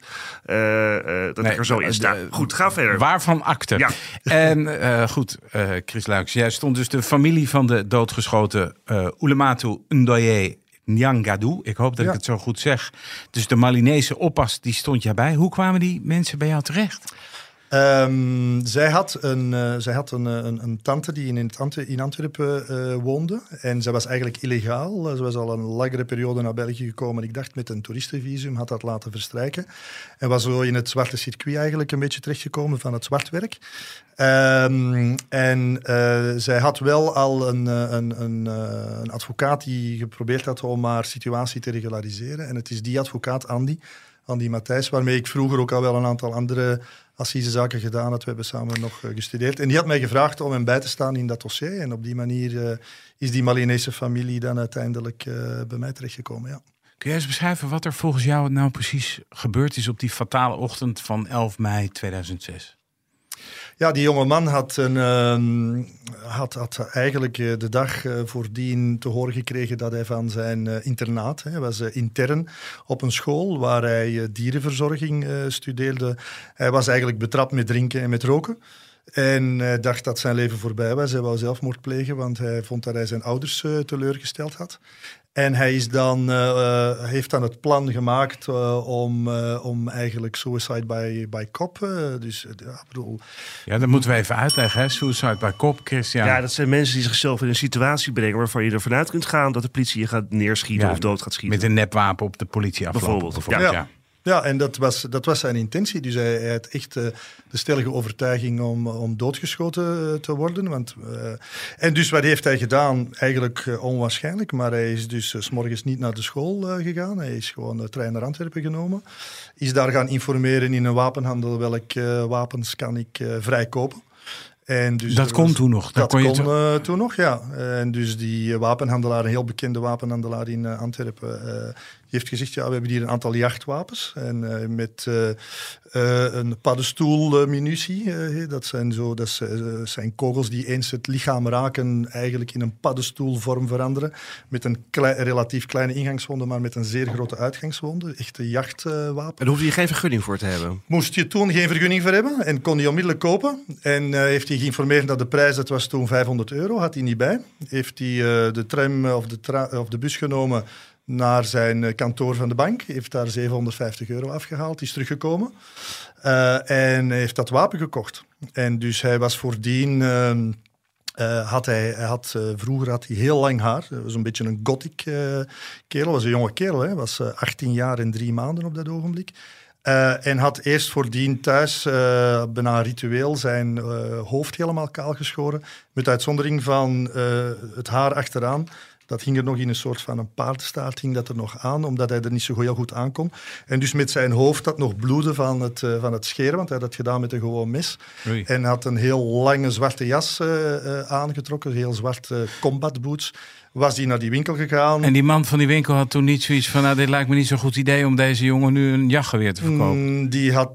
Speaker 4: ik er zo in sta. Goed, ga verder.
Speaker 5: Waarvan akte. Ja. En goed, Chris Luijks, jij stond dus de familie van de doodgeschoten Oulematu Ndoye Nyangadu. Ik hoop dat ik het zo goed zeg. Dus de Malinese oppas, die stond jij bij. Hoe kwamen die mensen bij jou terecht?
Speaker 3: Zij had een tante die in Antwerpen woonde. En zij was eigenlijk illegaal. Ze was al een langere periode naar België gekomen. Ik dacht met een toeristenvisum, had dat laten verstrijken. En was zo in het zwarte circuit eigenlijk een beetje terechtgekomen van het zwartwerk. Zij had wel al een advocaat die geprobeerd had om haar situatie te regulariseren. En het is die advocaat, Andy Matthijs, waarmee ik vroeger ook al wel een aantal andere assisezaken gedaan had. We hebben samen nog gestudeerd. En die had mij gevraagd om hem bij te staan in dat dossier. En op die manier is die Malinese familie dan uiteindelijk bij mij terechtgekomen, ja.
Speaker 5: Kun jij eens beschrijven wat er volgens jou nou precies gebeurd is op die fatale ochtend van 11 mei 2006?
Speaker 3: Ja, die jonge man had eigenlijk de dag voordien te horen gekregen dat hij van zijn internaat, hij was intern op een school waar hij dierenverzorging studeerde. Hij was eigenlijk betrapt met drinken en met roken. En dacht dat zijn leven voorbij was. Hij wou zelfmoord plegen, want hij vond dat hij zijn ouders teleurgesteld had. En hij is heeft dan het plan gemaakt om eigenlijk suicide by cop.
Speaker 5: Ja, dat moeten we even uitleggen, hè? Suicide by cop, Christian.
Speaker 4: Ja, dat zijn mensen die zichzelf in een situatie brengen waarvan je ervan uit kunt gaan dat de politie je gaat neerschieten of dood gaat schieten.
Speaker 5: Met een nepwapen op de politie aflopen.
Speaker 4: Bijvoorbeeld.
Speaker 3: Ja. Ja, en dat was zijn intentie. Dus hij had echt de stellige overtuiging om doodgeschoten te worden. En dus wat heeft hij gedaan? Eigenlijk onwaarschijnlijk. Maar hij is dus 's morgens niet naar de school gegaan. Hij is gewoon de trein naar Antwerpen genomen. Is daar gaan informeren in een wapenhandel welke wapens kan ik vrij kopen. En dus
Speaker 5: dat kon toen nog?
Speaker 3: Dat kon toen nog, ja. En dus die wapenhandelaar, een heel bekende wapenhandelaar in Antwerpen, heeft gezegd, we hebben hier een aantal jachtwapens. En met een paddenstoelmunitie. Dat zijn kogels die eens het lichaam raken, eigenlijk in een paddenstoelvorm veranderen. Met een relatief kleine ingangswonde, maar met een zeer grote uitgangswonde. Echte jachtwapen.
Speaker 4: En daar hoefde je geen vergunning voor te hebben?
Speaker 3: Moest je toen geen vergunning voor hebben en kon die onmiddellijk kopen. En heeft hij geïnformeerd dat de prijs, dat was toen €500, had hij niet bij. Heeft hij de tram of de bus genomen naar zijn kantoor van de bank. Heeft daar €750 afgehaald, is teruggekomen. En heeft dat wapen gekocht. En dus hij was voordien... vroeger had hij heel lang haar. Hij was een beetje een gothic kerel. Was een jonge kerel. Hij was 18 jaar en 3 maanden op dat ogenblik. En had eerst voordien thuis bijna ritueel zijn hoofd helemaal kaal geschoren. Met uitzondering van het haar achteraan. Dat hing er nog in een soort van een paardenstaart hing dat er nog aan, omdat hij er niet zo heel goed aan kon. En dus met zijn hoofd dat nog bloedde van het scheren, want hij had dat gedaan met een gewoon mes. Oei. En had een heel lange zwarte jas aangetrokken, heel zwarte combat boots. Was die naar die winkel gegaan.
Speaker 5: En die man van die winkel had toen niet zoiets van... dit lijkt me niet zo'n goed idee om deze jongen nu een jachtgeweer te verkopen.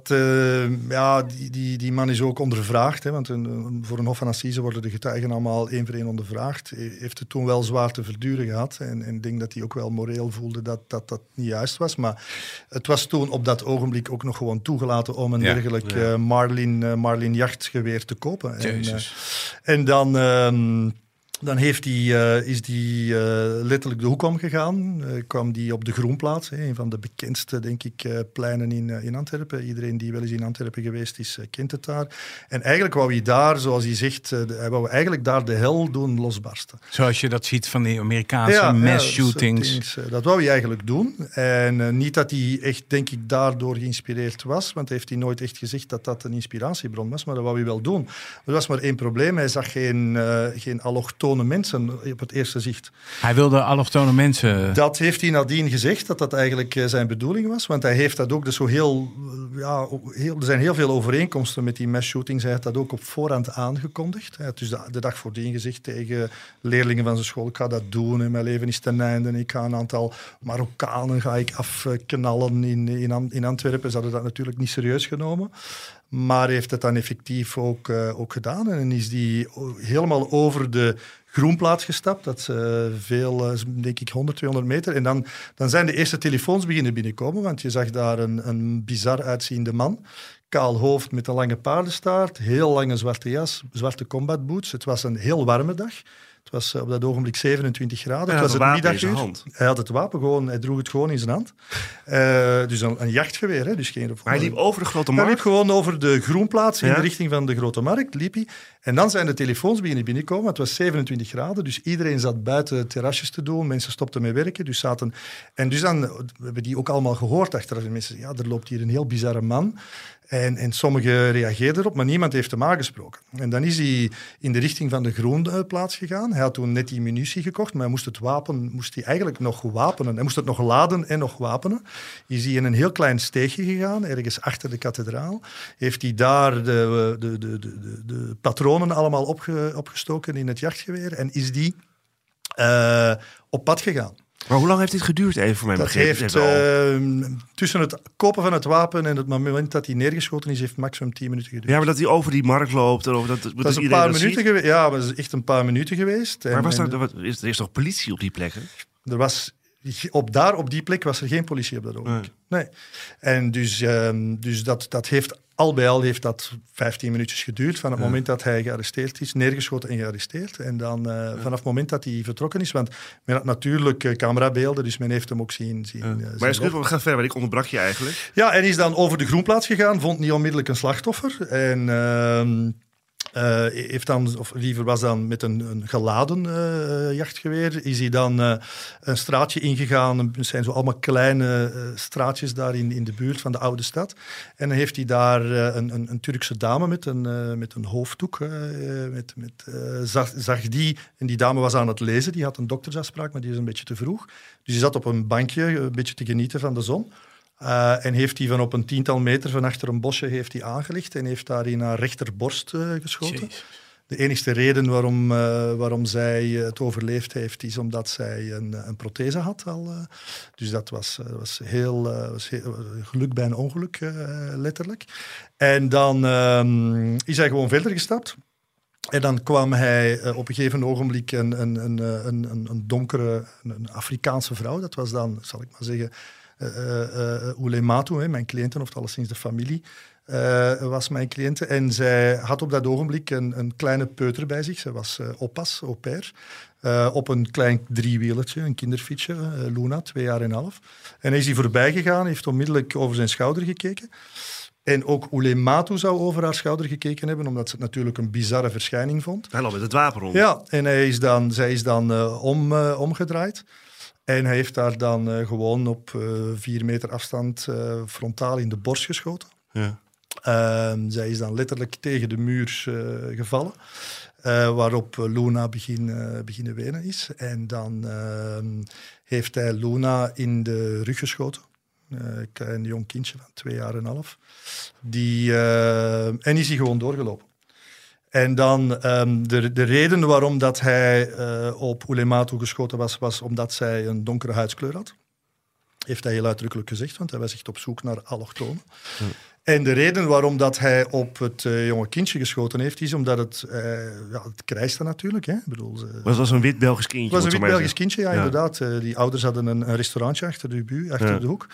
Speaker 3: Die man is ook ondervraagd. Hè, want voor een hof van assise worden de getuigen allemaal 1 voor 1 ondervraagd. Heeft het toen wel zwaar te verduren gehad. En ik denk dat hij ook wel moreel voelde dat niet juist was. Maar het was toen op dat ogenblik ook nog gewoon toegelaten... om een dergelijk Marlin jachtgeweer te kopen. En dan... Dan is hij letterlijk de hoek omgegaan. Kwam die op de Groenplaats, een van de bekendste, denk ik, pleinen in Antwerpen. Iedereen die wel eens in Antwerpen geweest is, kent het daar. En eigenlijk wou hij daar, zoals hij zegt, hij wou eigenlijk daar de hel doen losbarsten.
Speaker 5: Zoals je dat ziet van die Amerikaanse mass shootings.
Speaker 3: Dat wou hij eigenlijk doen. En niet dat hij echt, denk ik, daardoor geïnspireerd was, want heeft hij nooit echt gezegd dat dat een inspiratiebron was, maar dat wou hij wel doen. Er was maar 1 probleem, hij zag geen allochtone mensen op het eerste zicht.
Speaker 5: Hij wilde allochtone mensen...
Speaker 3: Dat heeft hij nadien gezegd, dat eigenlijk zijn bedoeling was. Want hij heeft dat ook dus zo er zijn heel veel overeenkomsten met die mass shootings. Hij had dat ook op voorhand aangekondigd. Hij had dus de dag voordien gezegd tegen leerlingen van zijn school, ik ga dat doen en mijn leven is ten einde. Ik ga een aantal Marokkanen afknallen in Antwerpen. Ze hadden dat natuurlijk niet serieus genomen. Maar heeft het dan effectief ook gedaan. En is die helemaal over de Groenplaats gestapt. Dat is denk ik 100, 200 meter. En dan zijn de eerste telefoons beginnen binnenkomen. Want je zag daar een bizar uitziende man. Kaal hoofd met een lange paardenstaart. Heel lange zwarte jas, zwarte combat boots. Het was een heel warme dag. Het was op dat ogenblik 27 graden. Het was het middaguur. Hij had het wapen gewoon, hij droeg het gewoon in zijn hand. Dus een jachtgeweer. Hè, dus geen,
Speaker 4: maar hij liep over de Grote Markt?
Speaker 3: Hij liep gewoon over de Groenplaats in de richting van de Grote Markt. Liep hij. En dan zijn de telefoons beginnen binnenkomen. Het was 27 graden, dus iedereen zat buiten terrasjes te doen. Mensen stopten met werken. Dus zaten... En dus dan, we hebben die ook allemaal gehoord achteraf. En mensen zeiden, er loopt hier een heel bizarre man. En sommigen reageerden erop, maar niemand heeft hem aangesproken. En dan is hij in de richting van de Groenplaats gegaan. Hij had toen net die munitie gekocht, maar hij moest hij eigenlijk nog wapenen. Hij moest het nog laden en nog wapenen. Is hij in een heel klein steegje gegaan, ergens achter de kathedraal. Heeft hij daar de patronen allemaal opgestoken in het jachtgeweer en is die op pad gegaan.
Speaker 4: Maar hoe lang heeft dit geduurd, even voor mijn begrip?
Speaker 3: Dat heeft tussen het kopen van het wapen en het moment dat hij neergeschoten is, heeft maximum 10 minuten geduurd.
Speaker 4: Ja, maar dat hij over die markt loopt. En over
Speaker 3: dat is een paar minuten geweest. Ja, dat is echt een paar minuten geweest.
Speaker 4: Maar er is toch politie op die plekken?
Speaker 3: Er was... Op die plek was er geen politie op dat ogenblik. Nee. En dus dat heeft... Al bij al heeft dat 15 minuutjes geduurd van het moment dat hij gearresteerd is, neergeschoten en gearresteerd. En dan vanaf het moment dat hij vertrokken is, want men had natuurlijk camerabeelden, dus men heeft hem ook zien.
Speaker 4: Maar we gaan verder, want ik onderbrak je eigenlijk.
Speaker 3: Ja, en is dan over de Groenplaats gegaan, vond niet onmiddellijk een slachtoffer. En... was dan met een geladen jachtgeweer, is hij dan een straatje ingegaan. Het zijn zo allemaal kleine straatjes daar in de buurt van de oude stad. En dan heeft hij daar een Turkse dame met een hoofddoek. Zag die, en die dame was aan het lezen, die had een doktersafspraak, maar die is een beetje te vroeg. Dus die zat op een bankje, een beetje te genieten van de zon. En heeft hij van op een 10-tal meter van achter een bosje heeft hij aangelegd en heeft daar in haar rechterborst geschoten. Jeez. De enige reden waarom zij het overleefd heeft, is omdat zij een prothese had al. Dus dat was heel geluk bij een ongeluk, letterlijk. En dan is hij gewoon verder gestapt. En dan kwam hij op een gegeven ogenblik een donkere, een Afrikaanse vrouw. Dat was dan, zal ik maar zeggen, Oulematu, mijn cliënten, of alleszins de familie, was mijn cliënte. En zij had op dat ogenblik een kleine peuter bij zich. Zij was oppas, au pair, op een klein driewielertje, een kinderfietsje, Luna, 2,5 jaar. En hij is hier voorbij gegaan, heeft onmiddellijk over zijn schouder gekeken. En ook Oulematu zou over haar schouder gekeken hebben, omdat ze het natuurlijk een bizarre verschijning vond.
Speaker 4: Hij loopt met het wapen rond.
Speaker 3: Ja, en zij is dan omgedraaid. En hij heeft daar dan gewoon op 4 meter afstand frontaal in de borst geschoten.
Speaker 4: Ja.
Speaker 3: Zij is dan letterlijk tegen de muur gevallen, waarop Luna beginnen wenen is. En dan heeft hij Luna in de rug geschoten. Een jong kindje van 2,5 jaar. En is hij gewoon doorgelopen. En dan de reden waarom dat hij op Oulematu geschoten was omdat zij een donkere huidskleur had. Heeft hij heel uitdrukkelijk gezegd, want hij was echt op zoek naar allochtonen. En de reden waarom dat hij op het jonge kindje geschoten heeft, is omdat het krijste natuurlijk. Hè. Ik bedoel,
Speaker 4: het was een wit Belgisch kindje.
Speaker 3: Het was een wit Belgisch kindje, ja, inderdaad. Die ouders hadden een restaurantje achter de hoek.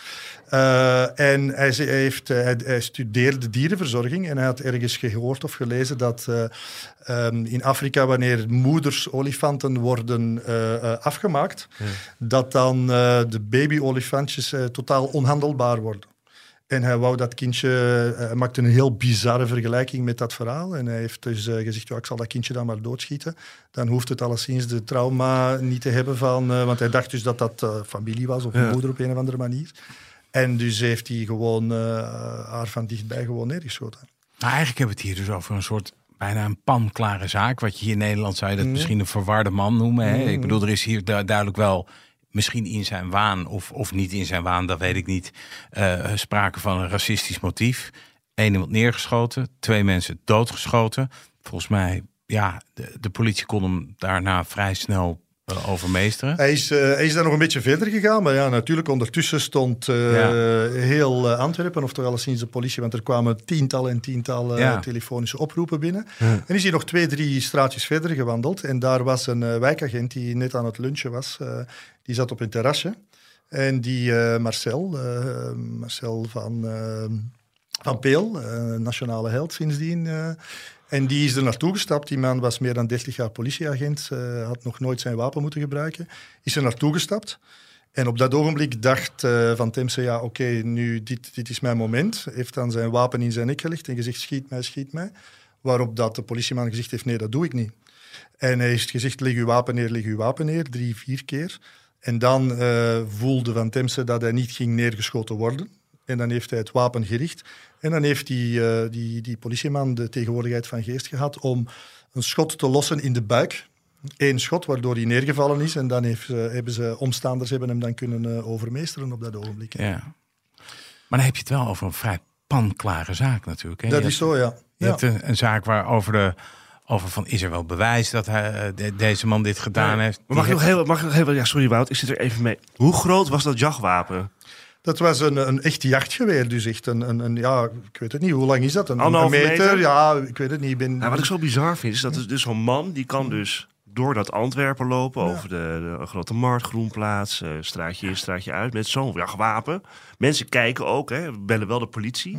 Speaker 3: En hij studeerde dierenverzorging en hij had ergens gehoord of gelezen dat in Afrika, wanneer moeders olifanten worden afgemaakt, dat dan de baby-olifantjes totaal onhandelbaar worden. En hij wou dat kindje, hij maakte een heel bizarre vergelijking met dat verhaal. En hij heeft dus gezegd, ik zal dat kindje dan maar doodschieten. Dan hoeft het alleszins de trauma niet te hebben van... want hij dacht dus dat dat familie was of moeder op een of andere manier. En dus heeft hij gewoon haar van dichtbij gewoon neergeschoten.
Speaker 5: Maar eigenlijk hebben we het hier dus over een soort... bijna een panklare zaak. Wat je hier in Nederland zou je dat misschien een verwarde man noemen. Hè? Ik bedoel, er is hier duidelijk wel... misschien in zijn waan of niet in zijn waan, dat weet ik niet. Sprake van een racistisch motief. 1 iemand neergeschoten, 2 mensen doodgeschoten. Volgens mij, de politie kon hem daarna vrij snel overmeesteren.
Speaker 3: Hij is daar nog een beetje verder gegaan, maar ja, natuurlijk ondertussen stond heel Antwerpen, of toch alleszins de politie, want er kwamen tientallen telefonische oproepen binnen. En is hij nog 2-3 straatjes verder gewandeld en daar was een wijkagent die net aan het lunchen was. Die zat op een terrasje en die Marcel van Peel, nationale held sindsdien... En die is er naartoe gestapt. Die man was meer dan 30 jaar politieagent. Had nog nooit zijn wapen moeten gebruiken. Is er naartoe gestapt. En op dat ogenblik dacht Van Temse... oké, nu dit is mijn moment. Heeft dan zijn wapen in zijn nek gelegd en gezegd... schiet mij. Waarop dat de politieman gezegd heeft... nee, dat doe ik niet. En hij heeft gezegd... leg uw wapen neer. 3-4 keer. En dan voelde Van Temse dat hij niet ging neergeschoten worden. En dan heeft hij het wapen gericht. En dan heeft die politieman de tegenwoordigheid van geest gehad om een schot te lossen in de buik. 1 schot, waardoor hij neergevallen is. En dan omstanders hebben hem dan kunnen overmeesteren op dat ogenblik.
Speaker 5: Ja. Maar dan heb je het wel over een vrij panklare zaak natuurlijk. Hè?
Speaker 3: Dat is zo, ja.
Speaker 5: Je hebt een zaak waar over van, is er wel bewijs dat deze man dit gedaan heeft?
Speaker 4: Maar mag ik nog heel... sorry Wout, ik zit er even mee. Hoe groot was dat jachtwapen?
Speaker 3: Dat was een echt jachtgeweer, dus echt ik weet het niet, hoe lang is dat? Een
Speaker 4: meter?
Speaker 3: Ja, ik weet het niet.
Speaker 4: Wat ik zo bizar vind, is dat dus zo'n man, die kan dus door dat Antwerpen lopen, over de grote markt, Groenplaats, straatje in, straatje uit, met zo'n jachtwapen. Mensen kijken ook, bellen wel de politie.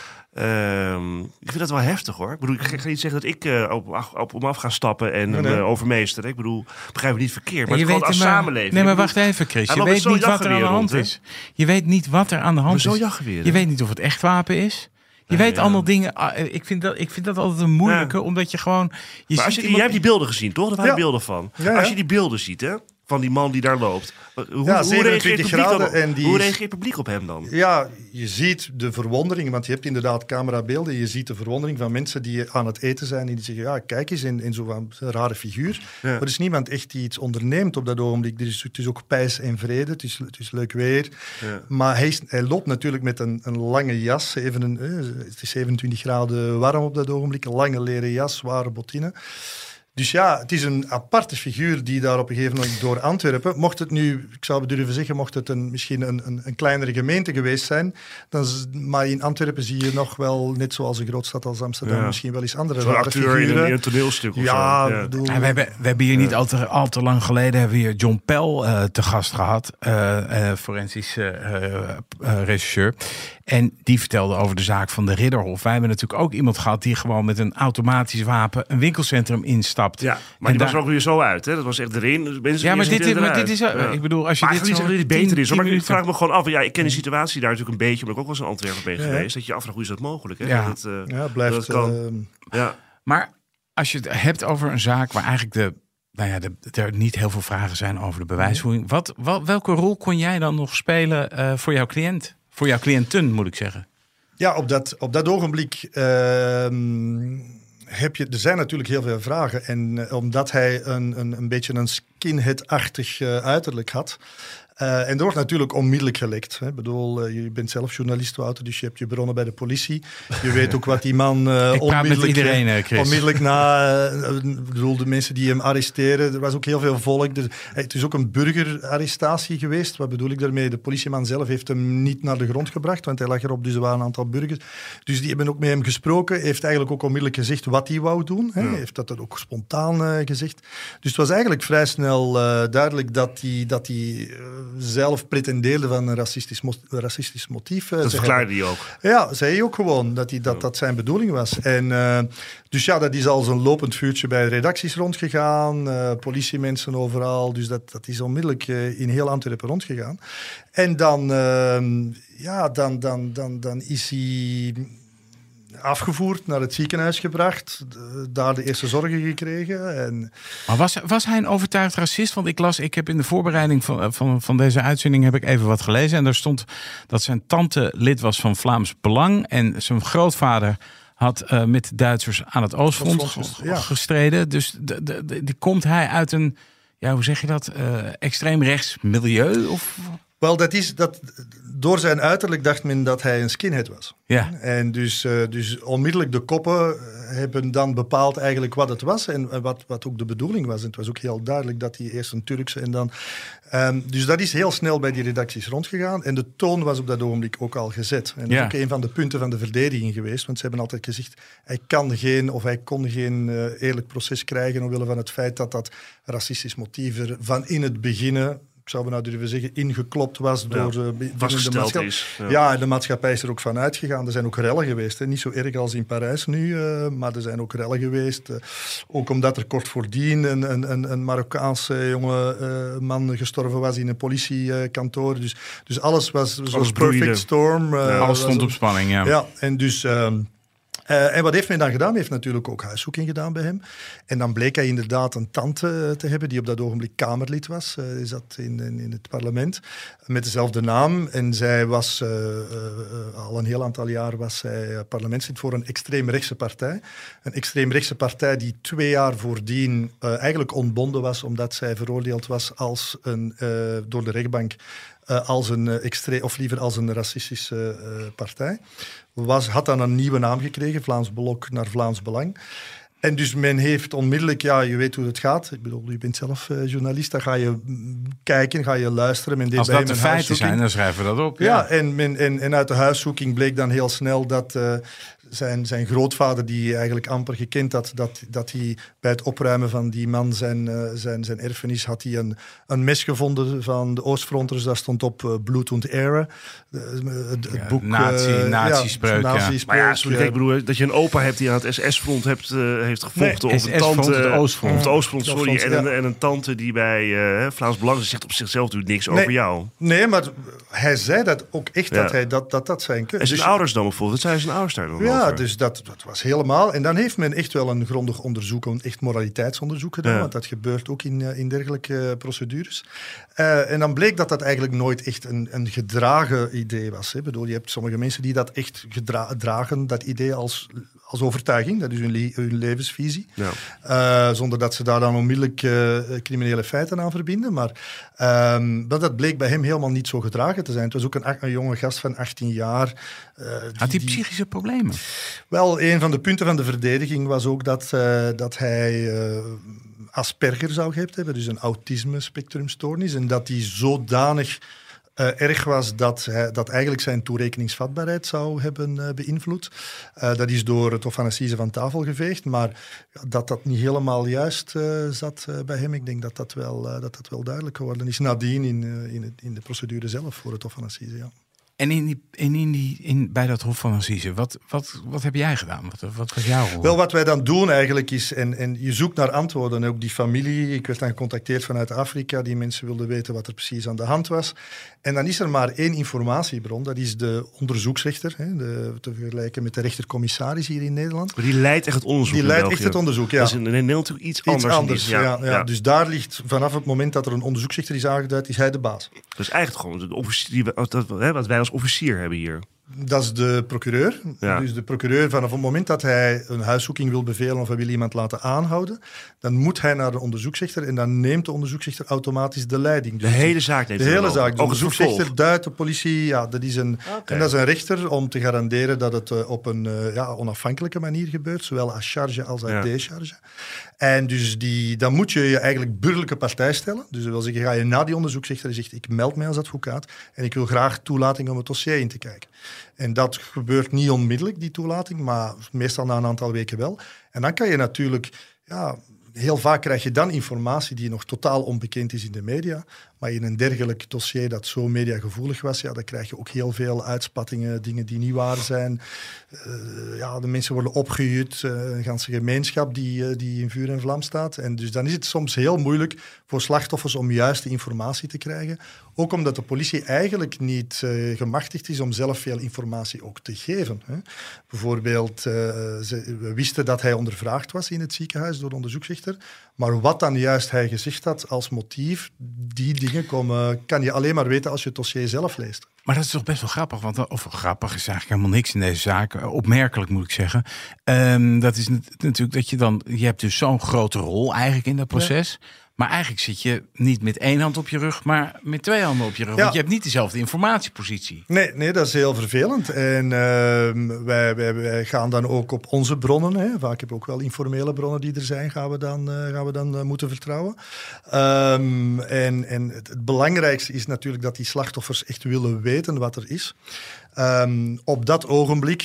Speaker 4: Ik vind dat wel heftig, hoor. Ik bedoel, ik ga niet zeggen dat ik op hem af ga stappen en overmeesteren. Ik bedoel, begrijp me niet verkeerd, maar het gewoon als samenleving.
Speaker 5: Nee, maar wacht even, Chris. Je weet niet wat er aan de hand is. Je weet niet wat er aan de hand is. Je weet niet of het echt wapen is. Je weet allemaal dingen. Ik vind dat altijd een moeilijke, omdat je gewoon...
Speaker 4: Maar jij hebt die beelden gezien, toch? Daar waren beelden van. Ja. Als je die beelden ziet, van die man die daar loopt. Hoe
Speaker 3: 27 graden. En
Speaker 4: hoe reageert het publiek op hem dan?
Speaker 3: Ja, je ziet de verwondering, want je hebt inderdaad camerabeelden. Je ziet de verwondering van mensen die aan het eten zijn. En die zeggen, ja, kijk eens, in zo'n rare figuur. Ja. Maar er is niemand echt die iets onderneemt op dat ogenblik. Het is ook pijs en vrede. Het is leuk weer. Ja. Maar hij loopt natuurlijk met een lange jas. Het is 27 graden warm op dat ogenblik. Een lange leren jas, zware bottine. Dus ja, het is een aparte figuur die daar op een gegeven moment door Antwerpen... Mocht het nu, ik zou durven zeggen, mocht het misschien een kleinere gemeente geweest zijn... maar in Antwerpen zie je nog wel, net zoals een grootstad als Amsterdam... misschien wel eens andere rare figuren.
Speaker 4: In een toneelstuk of
Speaker 3: zo.
Speaker 4: Ja.
Speaker 5: We hebben hier niet al te lang geleden... hebben we hier John Pell te gast gehad. Forensisch regisseur. En die vertelde over de zaak van de Ridderhof. Wij hebben natuurlijk ook iemand gehad... die gewoon met een automatisch wapen een winkelcentrum instapt.
Speaker 4: Ja, maar die was er ook weer zo uit. Hè? Dat was echt erin. Dus
Speaker 5: maar dit is... Ik bedoel, als je dit
Speaker 4: niet zeggen dat het beter is. Maar ik vraag me gewoon af. Ja, ik ken de situatie daar natuurlijk een beetje... omdat ik ook wel eens in Antwerpen ben geweest. Dat je afvraagt, hoe is dat mogelijk? Hè?
Speaker 5: Ja,
Speaker 3: dat blijft... Dat kan.
Speaker 5: Maar als je het hebt over een zaak... waar eigenlijk er niet heel veel vragen zijn over de bewijsvoering. Welke rol kon jij dan nog spelen voor jouw cliënt? Voor jouw cliënten, moet ik zeggen.
Speaker 3: Ja, op dat ogenblik... er zijn natuurlijk heel veel vragen. En omdat hij een beetje een skinhead-achtig uiterlijk had... en er wordt natuurlijk onmiddellijk gelekt. Hè. Ik bedoel, je bent zelf journalist, Wouter, dus je hebt je bronnen bij de politie. Je weet ook wat die man onmiddellijk na... Ik bedoel, de mensen die hem arresteren, er was ook heel veel volk. Het is ook een burgerarrestatie geweest. Wat bedoel ik daarmee? De politieman zelf heeft hem niet naar de grond gebracht, want hij lag erop, dus er waren een aantal burgers. Dus die hebben ook met hem gesproken. Heeft eigenlijk ook onmiddellijk gezegd wat hij wou doen. Hè. Heeft dat ook spontaan gezegd. Dus het was eigenlijk vrij snel duidelijk dat hij zelf pretendeerde van een racistisch motief.
Speaker 4: Dat verklaarde hij ook.
Speaker 3: Ja, zei hij ook gewoon dat zijn bedoeling was. En dus ja, dat is als een lopend vuurtje bij redacties rondgegaan, politiemensen overal. Dus dat is onmiddellijk in heel Antwerpen rondgegaan. En dan is hij afgevoerd, naar het ziekenhuis gebracht, daar de eerste zorgen gekregen.
Speaker 5: Maar was hij een overtuigd racist? Want ik heb in de voorbereiding van deze uitzending heb ik even wat gelezen en daar stond dat zijn tante lid was van Vlaams Belang en zijn grootvader had met Duitsers aan het Oostfront gestreden. Dus komt hij uit een, hoe zeg je dat, extreem rechts milieu? Of...
Speaker 3: Wel, door zijn uiterlijk dacht men dat hij een skinhead was.
Speaker 5: Ja.
Speaker 3: En dus onmiddellijk de koppen hebben dan bepaald eigenlijk wat het was en wat ook de bedoeling was. En het was ook heel duidelijk dat hij eerst een Turkse en dan... dus dat is heel snel bij die redacties rondgegaan. En de toon was op dat ogenblik ook al gezet. En dat is ook een van de punten van de verdediging geweest. Want ze hebben altijd gezegd, hij kon geen eerlijk proces krijgen omwille van het feit dat racistisch motief er van in het begin... Ik zou nou durven zeggen, ingeklopt was door de maatschappij. Ja, de maatschappij is er ook van uitgegaan. Er zijn ook rellen geweest. Hè. Niet zo erg als in Parijs nu, maar er zijn ook rellen geweest. Ook omdat er kort voordien een Marokkaanse jonge man gestorven was in een politiekantoor. Dus alles was zo'n perfect storm.
Speaker 5: Alles stond op spanning, ja.
Speaker 3: Ja, en dus... en wat heeft men dan gedaan? Men heeft natuurlijk ook huiszoeking gedaan bij hem. En dan bleek hij inderdaad een tante te hebben die op dat ogenblik Kamerlid was. Hij zat in het parlement met dezelfde naam. En zij was al een heel aantal jaar was zij parlementslid voor een extreemrechtse partij. Een extreemrechtse partij die 2 jaar voordien eigenlijk ontbonden was omdat zij veroordeeld was door de rechtbank als een racistische partij. Had dan een nieuwe naam gekregen, Vlaams Blok naar Vlaams Belang. En dus men heeft onmiddellijk, je weet hoe het gaat. Ik bedoel, je bent zelf journalist, dan ga je kijken, ga je luisteren.
Speaker 5: Als dat de feiten zijn, dan schrijven we dat op.
Speaker 3: Ja, en uit de huiszoeking bleek dan heel snel dat... Zijn grootvader, die eigenlijk amper gekend had, dat hij bij het opruimen van die man zijn erfenis, had hij een mes gevonden van de Oostfronters. Daar stond op Blood und Ehre. Het boek...
Speaker 5: Nazi-spreuk,
Speaker 4: Maar ja, ik bedoel, dat je een opa hebt die aan het SS-front heeft gevochten.
Speaker 5: Nee, of een tante... Het Oostfront.
Speaker 4: Of het Oostfront, sorry. En een tante die bij Vlaams Belang zegt op zichzelf doet niks over jou.
Speaker 3: Nee, maar hij zei dat ook echt, dat zijn...
Speaker 4: En zijn ouders dan bijvoorbeeld, dat zijn zijn ouders daar dan?
Speaker 3: Ja, dus dat was helemaal... En dan heeft men echt wel een grondig onderzoek, een echt moraliteitsonderzoek gedaan, want dat gebeurt ook in dergelijke procedures. En dan bleek dat eigenlijk nooit echt een gedragen idee was. Hè. Ik bedoel, je hebt sommige mensen die dat echt dragen, dat idee als overtuiging, dat is hun levensvisie. Ja. Zonder dat ze daar dan onmiddellijk criminele feiten aan verbinden. Maar dat bleek bij hem helemaal niet zo gedragen te zijn. Het was ook een jonge gast van 18 jaar.
Speaker 5: Had hij psychische problemen?
Speaker 3: Wel, een van de punten van de verdediging was ook dat hij Asperger zou gehad hebben, dus een autisme-spectrumstoornis, en dat die zodanig erg was dat eigenlijk zijn toerekeningsvatbaarheid zou hebben beïnvloed. Dat is door het Hof van Assise van tafel geveegd, maar dat niet helemaal juist zat bij hem. Ik denk dat dat wel duidelijk geworden is nadien in de procedure zelf voor het Hof van Assise, ja.
Speaker 5: En bij dat Hof van Assise, wat heb jij gedaan? Wat was jouw rol?
Speaker 3: Wel, wat wij dan doen eigenlijk is, en je zoekt naar antwoorden, ook die familie, ik werd dan gecontacteerd vanuit Afrika, die mensen wilden weten wat er precies aan de hand was. En dan is er maar één informatiebron, dat is de onderzoeksrechter, te vergelijken met de rechtercommissaris hier in Nederland.
Speaker 4: Maar die leidt echt het onderzoek.
Speaker 3: Die leidt echt het onderzoek, ja.
Speaker 4: Dat is in Nederland iets anders.
Speaker 3: Ja. Dus daar ligt, vanaf het moment dat er een onderzoeksrechter is aangeduid, is hij de baas.
Speaker 4: Dus eigenlijk gewoon de officier, wat wij als officier hebben hier.
Speaker 3: Dat is de procureur. Ja. Dus de procureur, vanaf het moment dat hij een huiszoeking wil bevelen of hij wil iemand laten aanhouden, dan moet hij naar de onderzoeksrechter en dan neemt de onderzoeksrechter automatisch de leiding. Dus
Speaker 4: de hele zaak neemt
Speaker 3: de hele zaak. De
Speaker 4: ook
Speaker 3: onderzoeksrechter duidt de politie. Ja, dat is en dat is een rechter om te garanderen dat het op een onafhankelijke manier gebeurt, zowel à charge als à décharge. En dus dan moet je je eigenlijk burgerlijke partij stellen. Dus dat wil zeggen, ga je naar die onderzoeksrechter en zegt, ik meld mij als advocaat en ik wil graag toelating om het dossier in te kijken. En dat gebeurt niet onmiddellijk, die toelating, maar meestal na een aantal weken wel. En dan kan je natuurlijk... heel vaak krijg je dan informatie die nog totaal onbekend is in de media. Maar in een dergelijk dossier dat zo mediagevoelig was, dan krijg je ook heel veel uitspattingen, dingen die niet waar zijn. De mensen worden opgehuurd, een ganse gemeenschap die in vuur en vlam staat. En dus dan is het soms heel moeilijk voor slachtoffers om juiste informatie te krijgen. Ook omdat de politie eigenlijk niet gemachtigd is om zelf veel informatie ook te geven. Hè. Bijvoorbeeld, we wisten dat hij ondervraagd was in het ziekenhuis door de onderzoeksrechter. Maar wat dan juist hij gezegd had als motief, die dingen kan je alleen maar weten als je het dossier zelf leest.
Speaker 5: Maar dat is toch best wel grappig, of grappig is eigenlijk helemaal niks in deze zaak. Opmerkelijk moet ik zeggen. Dat is natuurlijk dat je hebt dus zo'n grote rol eigenlijk in dat proces. Ja. Maar eigenlijk zit je niet met één hand op je rug, maar met twee handen op je rug. Ja. Want je hebt niet dezelfde informatiepositie.
Speaker 3: Nee, dat is heel vervelend. En wij gaan dan ook op onze bronnen. Hè. Vaak heb je ook wel informele bronnen die er zijn, gaan we dan moeten vertrouwen. En het belangrijkste is natuurlijk dat die slachtoffers echt willen weten wat er is. Op dat ogenblik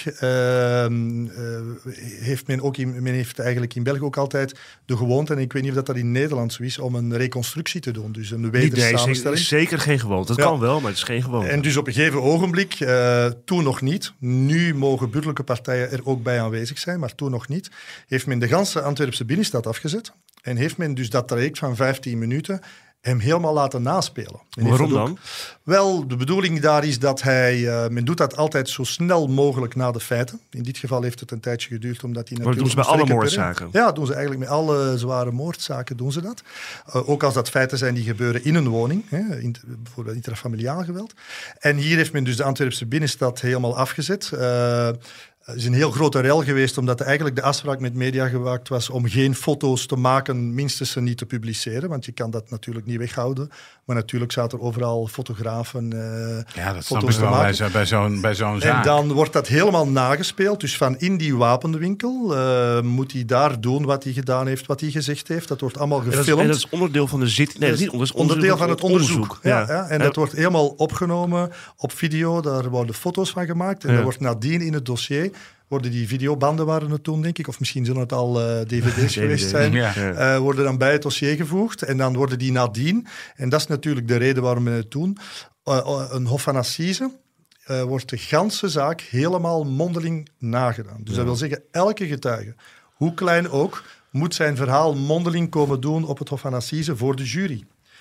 Speaker 3: heeft men heeft eigenlijk in België ook altijd de gewoonte, en ik weet niet of dat in Nederland zo is, om een reconstructie te doen. Dus een wedersamenstelling.
Speaker 4: Nee, zeker geen gewoonte. Dat kan wel, maar het is geen gewoonte.
Speaker 3: En dus op een gegeven ogenblik, toen nog niet, nu mogen burgerlijke partijen er ook bij aanwezig zijn, maar toen nog niet, heeft men de ganse Antwerpse binnenstad afgezet en heeft men dus dat traject van 15 minuten hem helemaal laten naspelen.
Speaker 4: Waarom dan?
Speaker 3: Wel, de bedoeling daar is dat men doet dat altijd zo snel mogelijk na de feiten. In dit geval heeft het een tijdje geduurd, omdat hij natuurlijk...
Speaker 4: Dat doen ze bij alle moordzaken?
Speaker 3: Ja, doen ze eigenlijk met alle zware moordzaken doen ze dat. Ook als dat feiten zijn die gebeuren in een woning, bijvoorbeeld intrafamiliaal geweld. En hier heeft men dus de Antwerpse binnenstad helemaal afgezet. Er is een heel grote rel geweest, omdat eigenlijk de afspraak met media gemaakt was om geen foto's te maken, minstens ze niet te publiceren, want je kan dat natuurlijk niet weghouden. Maar natuurlijk zaten er overal fotografen
Speaker 5: dat snap ik wel bij zo'n zaak.
Speaker 3: En dan wordt dat helemaal nagespeeld. Dus van in die wapenwinkel moet hij daar doen wat hij gedaan heeft, wat hij gezegd heeft. Dat wordt allemaal gefilmd.
Speaker 4: En dat is onderdeel van de zitting. Nee, dat is niet
Speaker 3: onderdeel van het onderzoek.
Speaker 4: Ja.
Speaker 3: En dat wordt helemaal opgenomen op video. Daar worden foto's van gemaakt. En dat wordt nadien in het dossier. Die videobanden waren het toen, denk ik, of misschien zullen het al dvd's geweest zijn, worden dan bij het dossier gevoegd en dan worden die nadien, en dat is natuurlijk de reden waarom we het doen, een Hof van Assise wordt de ganse zaak helemaal mondeling nagedaan. Dus dat wil zeggen, elke getuige, hoe klein ook, moet zijn verhaal mondeling komen doen op het Hof van Assise voor de jury.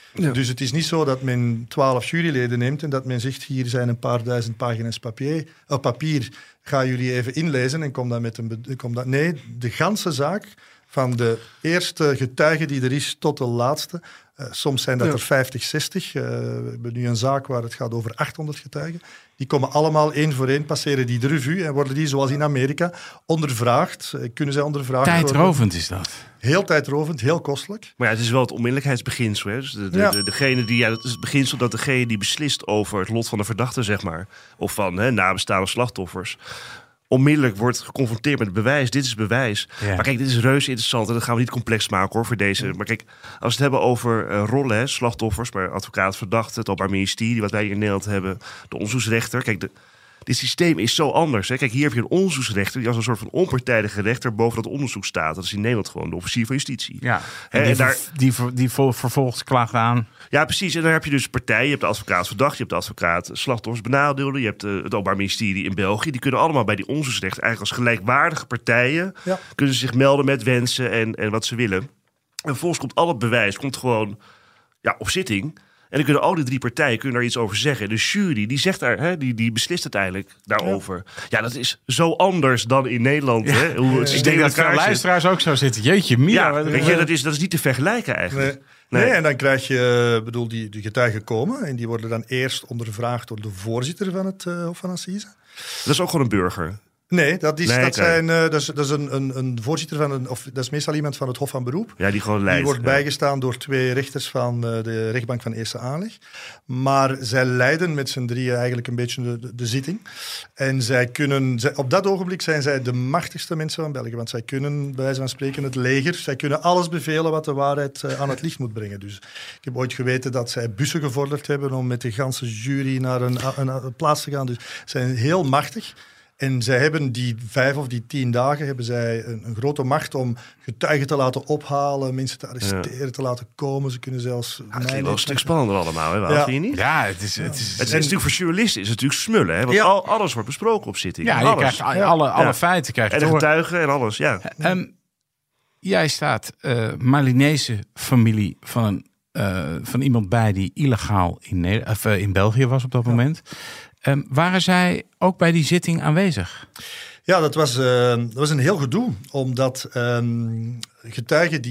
Speaker 4: Ja.
Speaker 3: Dus het is niet zo dat men 12 juryleden neemt en dat men zegt, hier zijn een paar duizend pagina's papier, ga jullie even inlezen en kom dan met een... Nee, de ganse zaak, van de eerste getuige die er is tot de laatste. Soms zijn dat er 50, 60. We hebben nu een zaak waar het gaat over 800 getuigen. Die komen allemaal één voor één, passeren die de revue en worden die, zoals in Amerika, ondervraagd. Kunnen zij ondervraagd worden?
Speaker 5: Tijdrovend is dat.
Speaker 3: Heel tijdrovend, heel kostelijk.
Speaker 4: Maar ja, het is wel het onmiddellijkheidsbeginsel. Hè? Dus het is het beginsel dat degene die beslist over het lot van de verdachte, zeg maar, of van nabestaande slachtoffers, onmiddellijk wordt geconfronteerd met het bewijs. Dit is bewijs.
Speaker 5: Ja.
Speaker 4: Maar kijk, dit is reuze interessant. En dat gaan we niet complex maken hoor voor deze. Maar kijk, als we het hebben over rollen, slachtoffers, maar advocaat, verdachte, het Openbaar Ministerie, wat wij hier in Nederland hebben, de onderzoeksrechter. Kijk, dit systeem is zo anders. Hè. Kijk, hier heb je een onderzoeksrechter die als een soort van onpartijdige rechter boven dat onderzoek staat. Dat is in Nederland gewoon de officier van justitie.
Speaker 5: Ja, en die vervolgens klaagt aan.
Speaker 4: Ja, precies. En dan heb je dus partijen. Je hebt de advocaat verdacht, je hebt de advocaat slachtoffers benadeelden, je hebt het Openbaar Ministerie in België. Die kunnen allemaal bij die onderzoeksrechter eigenlijk als gelijkwaardige partijen kunnen zich melden met wensen en wat ze willen. En vervolgens komt al het bewijs gewoon op zitting. En dan kunnen al die 3 partijen daar iets over zeggen. De jury die zegt daar, die beslist uiteindelijk daarover. Ja, dat is zo anders dan in Nederland.
Speaker 5: Ja.
Speaker 4: Hè? Hoe het
Speaker 5: Ik denk dat veel luisteraars ook zo zitten. Jeetje, Mia.
Speaker 4: Ja, weet je, dat is niet te vergelijken eigenlijk.
Speaker 3: Nee, en dan krijg je, die getuigen komen en die worden dan eerst ondervraagd door de voorzitter van het Hof van Assise.
Speaker 4: Dat is ook gewoon een burger.
Speaker 3: Nee, dat is een voorzitter van dat is meestal iemand van het Hof van Beroep.
Speaker 4: Ja, die gewoon leidt.
Speaker 3: Die wordt bijgestaan door 2 rechters van de rechtbank van eerste aanleg. Maar zij leiden met z'n drieën eigenlijk een beetje de zitting. En op dat ogenblik zijn zij de machtigste mensen van België. Want zij kunnen, bij wijze van spreken, het leger. Zij kunnen alles bevelen wat de waarheid aan het licht moet brengen. Dus ik heb ooit geweten dat zij bussen gevorderd hebben om met de ganse jury naar een plaats te gaan. Dus zij zijn heel machtig. En zij hebben die 5 of die 10 dagen hebben zij een grote macht om getuigen te laten ophalen, mensen te arresteren, te laten komen. Ze kunnen zelfs...
Speaker 4: Het klinkt wel een stuk spannender allemaal, hè? Vind je niet?
Speaker 5: Ja, het is
Speaker 4: natuurlijk voor journalisten is het natuurlijk smullen, hè? Want alles wordt besproken op zitting.
Speaker 5: Ja, je krijgt alle feiten. En
Speaker 4: de getuigen en alles, ja.
Speaker 5: Jij staat Malinese familie van iemand bij die illegaal in België was op dat moment. Waren zij ook bij die zitting aanwezig?
Speaker 3: Ja, dat was een heel gedoe, omdat getuigen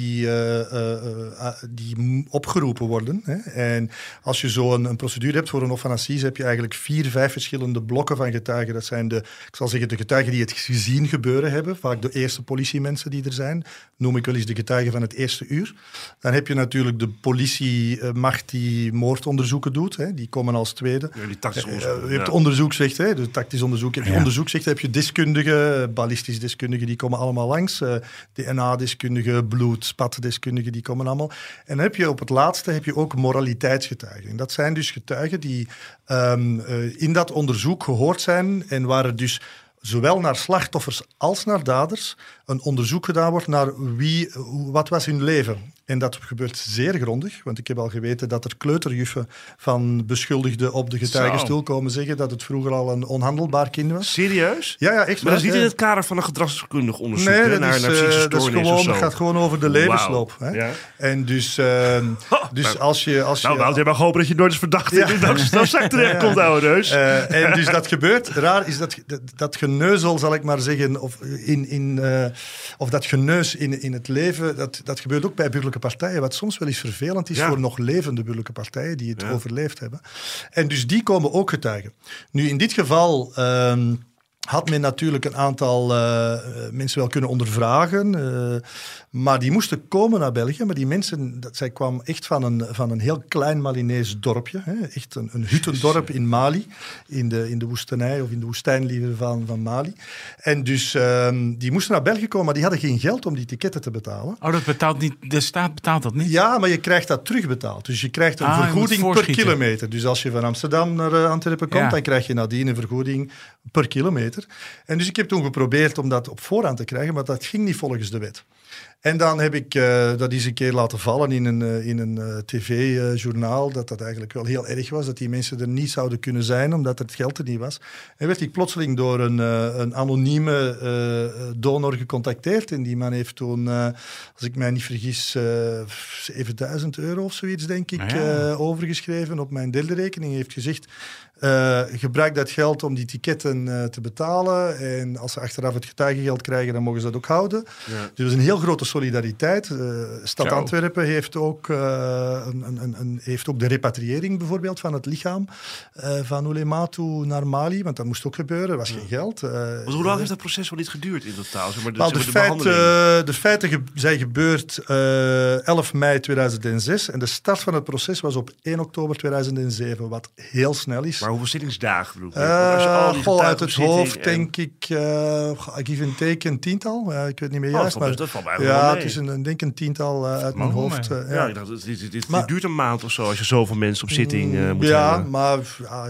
Speaker 3: die opgeroepen worden. Hè, en als je zo een procedure hebt voor een Hof van Assise, heb je eigenlijk 4, 5 verschillende blokken van getuigen. Dat zijn de getuigen die het gezien gebeuren hebben, vaak de eerste politiemensen die er zijn. Noem ik wel eens de getuigen van het eerste uur. Dan heb je natuurlijk de politiemacht die moordonderzoeken doet. Hè, die komen als tweede.
Speaker 4: Ja, die tactisch onderzoek.
Speaker 3: Je hebt onderzoeksrecht, de tactisch onderzoek. Heb je onderzoeksrecht, heb je deskundigen, ballistisch deskundigen, die komen allemaal langs. DNA-deskundigen, bloed, spatdeskundigen, die komen allemaal. En dan heb je op het laatste ook moraliteitsgetuigen. En dat zijn dus getuigen die in dat onderzoek gehoord zijn en waar er dus zowel naar slachtoffers als naar daders een onderzoek gedaan wordt naar wat was hun leven. En dat gebeurt zeer grondig, want ik heb al geweten dat er kleuterjuffen van beschuldigden op de getuigenstoel komen zeggen dat het vroeger al een onhandelbaar kind was.
Speaker 4: Serieus?
Speaker 3: Ja, echt.
Speaker 4: Maar dat is niet in het kader van een gedragskundig onderzoek.
Speaker 3: Nee,
Speaker 4: naar psychische stoornis of zo.
Speaker 3: Dat gaat gewoon over de levensloop.
Speaker 4: Wow.
Speaker 3: Hè?
Speaker 4: Ja.
Speaker 3: En dus als je...
Speaker 4: Wout, je mag hopen dat je nooit eens verdacht in de strafzaak terechtkomt, oude neus.
Speaker 3: En dus dat gebeurt. Raar is dat geneuzel, zal ik maar zeggen, of dat geneus in het leven, dat gebeurt ook bij burgerlijke partijen, wat soms wel eens vervelend is voor nog levende burgerlijke partijen die het overleefd hebben. En dus die komen ook getuigen. Nu, in dit geval had men natuurlijk een aantal mensen wel kunnen ondervragen, maar die moesten komen naar België. Maar die mensen, zij kwamen echt van een heel klein Malinees dorpje, hè? Echt een huttendorp in Mali, in de woestenij of in de woestijn liever van Mali. En dus die moesten naar België komen, maar die hadden geen geld om die ticketten te betalen.
Speaker 5: Oh, dat betaalt niet, de staat betaalt dat niet?
Speaker 3: Ja, maar je krijgt dat terugbetaald. Dus je krijgt een vergoeding per kilometer. Dus als je van Amsterdam naar Antwerpen komt, dan krijg je nadien een vergoeding per kilometer. En dus ik heb toen geprobeerd om dat op voorhand te krijgen, maar dat ging niet volgens de wet. En dan heb ik dat eens een keer laten vallen in een tv-journaal, dat eigenlijk wel heel erg was, dat die mensen er niet zouden kunnen zijn, omdat het geld er niet was. En werd ik plotseling door een anonieme donor gecontacteerd. En die man heeft toen, als ik mij niet vergis, €7.000 of zoiets, denk ik, overgeschreven op mijn derde rekening. Hij heeft gezegd, gebruik dat geld om die ticketten te betalen. En als ze achteraf het getuigengeld krijgen, dan mogen ze dat ook houden. Ja. Dus dat is een heel grote solidariteit. Stad Antwerpen heeft ook, heeft ook de repatriëring bijvoorbeeld van het lichaam van Oulématou naar Mali. Want dat moest ook gebeuren, er was geen geld.
Speaker 4: Hoe lang heeft dat proces wel niet geduurd in totaal? Zeg maar,
Speaker 3: de feiten zijn gebeurd 11 mei 2006. En de start van het proces was op 1 oktober 2007, wat heel snel is.
Speaker 4: Maar hoeveel zittingsdagen bedoel
Speaker 3: je? Uit het hoofd denk ik, give and take een tiental. Ik weet niet meer juist. Maar
Speaker 4: dat valt mij wel mee.
Speaker 3: Het is denk een tiental uit mijn hoofd.
Speaker 4: Dit duurt een maand of zo als je zoveel mensen op zitting moet hebben.
Speaker 3: Ja, maar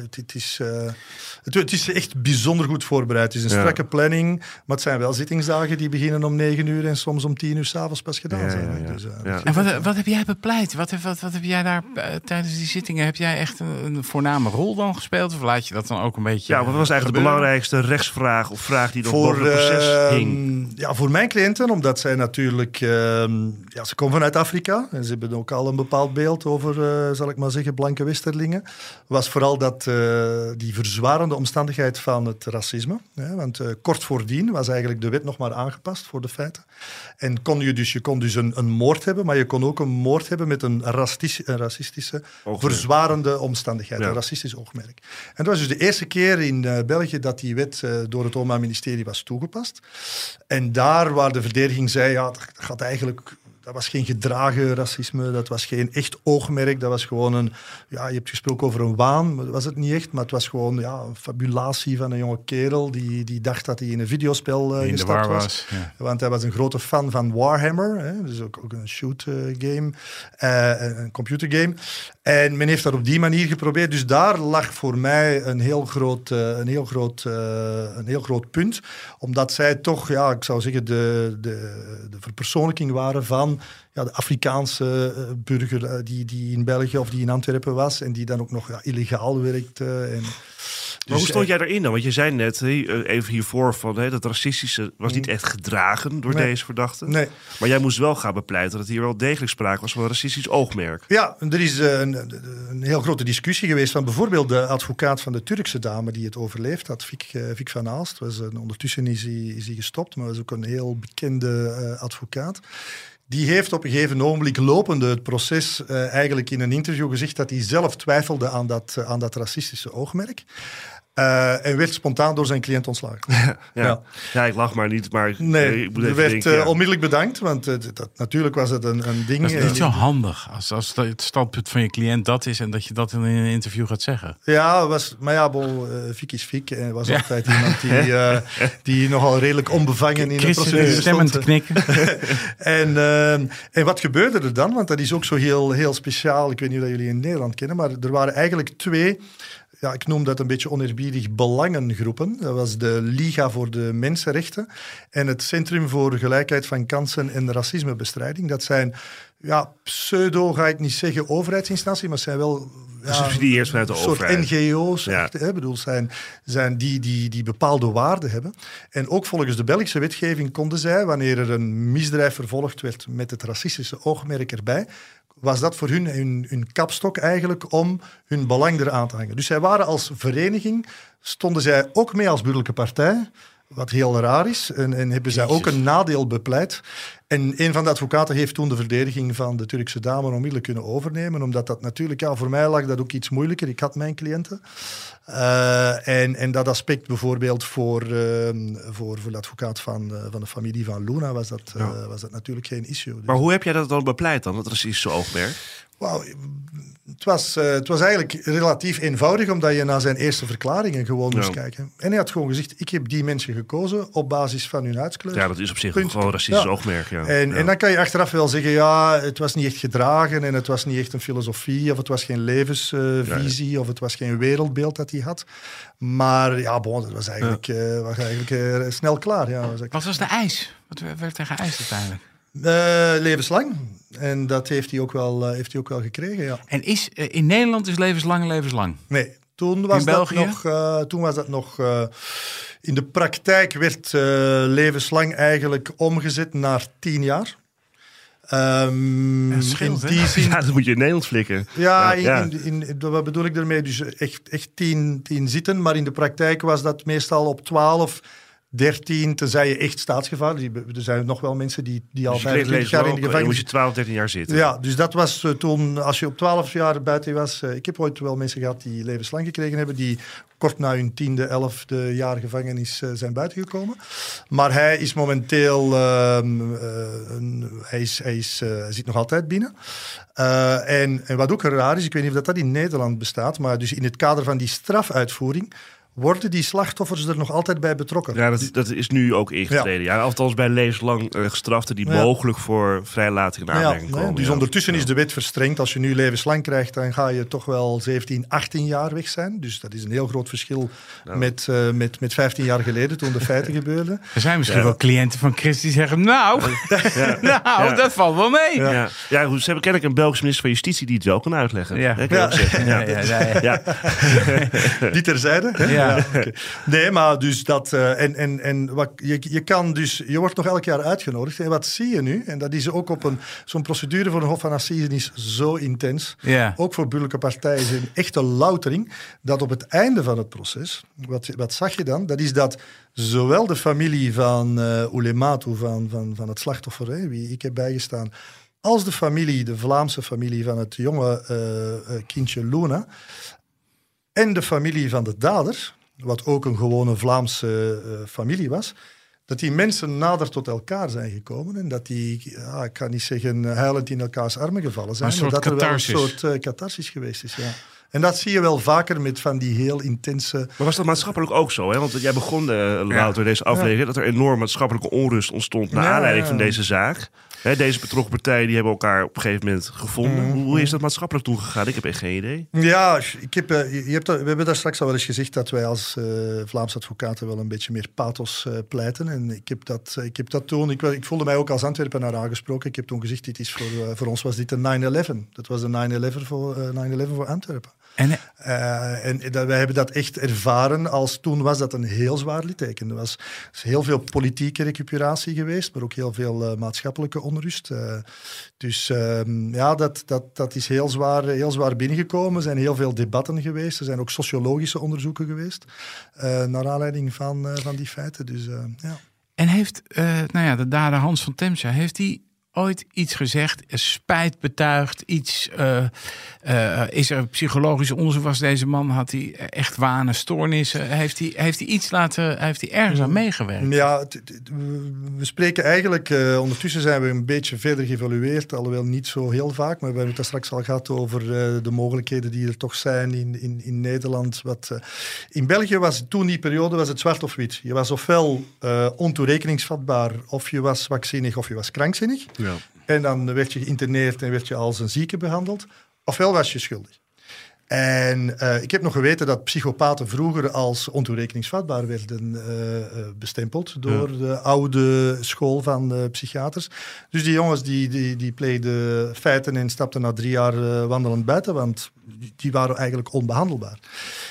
Speaker 3: het is echt bijzonder goed voorbereid. Het is een strakke planning, maar het zijn wel zittingsdagen die beginnen om 9 uur en soms om 10 uur 's avonds pas gedaan zijn.
Speaker 5: Dus, en wat heb jij bepleit? Wat heb jij daar tijdens die zittingen? Heb jij echt een voorname rol dan gespeeld? Of laat je dat dan ook een beetje
Speaker 4: wat was eigenlijk de belangrijkste rechtsvraag of vraag die nog boven het proces hing?
Speaker 3: Voor mijn cliënten, omdat zij natuurlijk... ze komen vanuit Afrika en ze hebben ook al een bepaald beeld over, zal ik maar zeggen, blanke westerlingen. Was vooral dat die verzwarende omstandigheid van het racisme. Want kort voordien was eigenlijk de wet nog maar aangepast voor de feiten. En je kon dus een moord hebben, maar je kon ook een moord hebben met een racistische verzwarende omstandigheid. Een racistisch oogmerk. En dat was dus de eerste keer in België dat die wet door het Openbaar Ministerie was toegepast. En daar waar de verdediging zei, dat gaat eigenlijk... Dat was geen gedragen racisme, dat was geen echt oogmerk, dat was gewoon je hebt gesproken over een waan, maar dat was het niet echt, maar het was gewoon een fabulatie van een jonge kerel die dacht dat hij in een videospel gestapt was. Ja. Want hij was een grote fan van Warhammer, dus ook een shoot game, een computergame. En men heeft dat op die manier geprobeerd, dus daar lag voor mij een heel groot punt, omdat zij toch, ik zou zeggen, de verpersoonlijking waren van de Afrikaanse burger die in België of die in Antwerpen was en die dan ook nog illegaal werkte.
Speaker 4: Maar hoe stond jij daarin dan? Want je zei net, even hiervoor, van dat racistische was niet echt gedragen door deze verdachten.
Speaker 3: Nee.
Speaker 4: Maar jij moest wel gaan bepleiten dat hier wel degelijk sprake was van een racistisch oogmerk.
Speaker 3: Ja, er is een heel grote discussie geweest van bijvoorbeeld de advocaat van de Turkse dame die het overleefd had, Fik van Aalst. Ondertussen is hij gestopt, maar was ook een heel bekende advocaat. Die heeft op een gegeven ogenblik lopende het proces eigenlijk in een interview gezegd dat hij zelf twijfelde aan dat racistische oogmerk. En werd spontaan door zijn cliënt ontslagen.
Speaker 4: Ja, ik lach maar niet. Maar
Speaker 3: nee,
Speaker 4: er
Speaker 3: werd onmiddellijk bedankt, want natuurlijk was het een ding.
Speaker 5: Dat is niet zo handig als het standpunt van je cliënt dat is en dat je dat in een interview gaat zeggen.
Speaker 3: Ja, Fik is Fik. En was altijd iemand die nogal redelijk onbevangen in de procedure
Speaker 5: stond. Te knikken.
Speaker 3: En wat gebeurde er dan? Want dat is ook zo heel speciaal. Ik weet niet of jullie in Nederland kennen, maar er waren eigenlijk 2... ik noem dat een beetje oneerbiedig belangengroepen. Dat was de Liga voor de Mensenrechten en het Centrum voor Gelijkheid van Kansen en Racismebestrijding. Dat zijn pseudo, ga ik niet zeggen, overheidsinstanties, maar zijn wel
Speaker 4: gesubsidieerd vanuit de overheid.
Speaker 3: Soort NGO's, zijn die bepaalde waarden hebben. En ook volgens de Belgische wetgeving konden zij, wanneer er een misdrijf vervolgd werd met het racistische oogmerk erbij, was dat voor hun kapstok eigenlijk om hun belang eraan te hangen. Dus zij waren als vereniging, stonden zij ook mee als burgerlijke partij, wat heel raar is, en hebben zij ook een nadeel bepleit. En een van de advocaten heeft toen de verdediging van de Turkse dame onmiddellijk kunnen overnemen, omdat dat natuurlijk, voor mij lag dat ook iets moeilijker. Ik had mijn cliënten. En dat aspect bijvoorbeeld voor de advocaat van de familie van Luna was dat natuurlijk geen issue. Dus.
Speaker 4: Maar hoe heb jij dat dan bepleit dan, het racistische oogmerk?
Speaker 3: Wauw, het was eigenlijk relatief eenvoudig, omdat je naar zijn eerste verklaringen gewoon moest kijken. En hij had gewoon gezegd, ik heb die mensen gekozen op basis van hun huidskleur.
Speaker 4: Ja, dat is op zich gewoon een racistisch oogmerk. Ja.
Speaker 3: En dan kan je achteraf wel zeggen, het was niet echt gedragen en het was niet echt een filosofie, of het was geen levensvisie, of het was geen wereldbeeld dat hij had. Maar dat was eigenlijk, snel klaar. Ja,
Speaker 5: Wat was de eis? Wat werd er geëist uiteindelijk?
Speaker 3: Levenslang. En dat heeft hij ook wel gekregen, ja.
Speaker 5: En in Nederland is levenslang?
Speaker 3: Nee, toen was dat nog... in de praktijk werd levenslang eigenlijk omgezet naar 10 jaar.
Speaker 5: Dat scheelt,
Speaker 3: in die zin,
Speaker 4: Ja, dat moet je in Nederland flikken.
Speaker 3: Wat bedoel ik daarmee? Dus echt 10 zitten, maar in de praktijk was dat meestal op 12, 13, tenzij je echt staatsgevaar. Er zijn nog wel mensen die al 25 jaar in de gevangenis...
Speaker 4: moest je 12, 13 jaar zitten.
Speaker 3: Ja, dus dat was toen, als je op 12 jaar buiten was... ik heb ooit wel mensen gehad die levenslang gekregen hebben, die kort na hun 10e, 11e jaar gevangenis zijn buitengekomen. Maar hij is momenteel... hij zit nog altijd binnen. En wat ook raar is, ik weet niet of dat in Nederland bestaat, maar dus in het kader van die strafuitvoering worden die slachtoffers er nog altijd bij betrokken.
Speaker 4: Ja, dat is nu ook ingetreden. Ja. Althans bij levenslang gestraften die mogelijk voor vrijlating in aanmerking komen.
Speaker 3: Dus ondertussen is de wet verstrengd. Als je nu levenslang krijgt, dan ga je toch wel 17, 18 jaar weg zijn. Dus dat is een heel groot verschil met 15 jaar geleden, toen de feiten gebeurden.
Speaker 5: Er zijn misschien wel cliënten van Chris die zeggen, dat valt wel mee.
Speaker 4: Ja. Ze hebben kennelijk een Belgische minister van Justitie die het wel kan uitleggen.
Speaker 5: Ja.
Speaker 3: Die terzijde.
Speaker 5: Ja.
Speaker 3: Okay. Nee, maar dus dat... je wordt nog elk jaar uitgenodigd. En wat zie je nu? En dat is ook op zo'n procedure voor een Hof van Assise is zo intens. Ja. Ook voor burgerlijke partijen is een echte loutering. Dat op het einde van het proces, wat zag je dan? Dat is dat zowel de familie van Oulematu, van het slachtoffer, wie ik heb bijgestaan, als de Vlaamse familie van het jonge kindje Luna, en de familie van de dader, wat ook een gewone Vlaamse familie was, dat die mensen nader tot elkaar zijn gekomen en dat die, ik kan niet zeggen huilend in elkaars armen gevallen zijn, maar dat er wel een soort catharsis geweest is. Ja. En dat zie je wel vaker met van die heel intense...
Speaker 4: Maar was dat maatschappelijk ook zo? Hè? Want jij begon later deze aflevering dat er enorm maatschappelijke onrust ontstond naar aanleiding van deze zaak. Deze betrokken partijen die hebben elkaar op een gegeven moment gevonden. Hoe is dat maatschappelijk toegegaan? Ik heb echt geen idee.
Speaker 3: Ja, we hebben daar straks al wel eens gezegd dat wij als Vlaamse advocaten wel een beetje meer pathos pleiten. En ik heb dat toen... Ik voelde mij ook als Antwerpenaar aangesproken. Ik heb toen gezegd, dit is voor ons was dit een 9/11. Dat was de 9/11 voor Antwerpen. Wij hebben dat echt ervaren als toen was dat een heel zwaar litteken. Er was heel veel politieke recuperatie geweest, maar ook heel veel maatschappelijke onrust. Dat is heel zwaar binnengekomen. Er zijn heel veel debatten geweest. Er zijn ook sociologische onderzoeken geweest naar aanleiding van die feiten.
Speaker 5: En heeft de dader Hans van Temsa, heeft hij ooit iets gezegd, spijt betuigd, iets, is er psychologisch onderzoek, was deze man, had hij echt wanen, stoornissen, heeft hij iets heeft hij ergens aan meegewerkt?
Speaker 3: Ja, we spreken eigenlijk, ondertussen zijn we een beetje verder geëvalueerd, alhoewel niet zo heel vaak, maar we hebben het daar straks al gehad over de mogelijkheden die er toch zijn in Nederland. In België was toen die periode was het zwart of wit. Je was ofwel ontoerekeningsvatbaar, of je was zwakzinnig, of je was krankzinnig. Ja. En dan werd je geïnterneerd en werd je als een zieke behandeld. Ofwel was je schuldig. En ik heb nog geweten dat psychopaten vroeger als ontoerekeningsvatbaar werden bestempeld door de oude school van psychiaters. Dus die jongens die pleegden feiten en stapten na 3 jaar wandelend buiten, want die waren eigenlijk onbehandelbaar.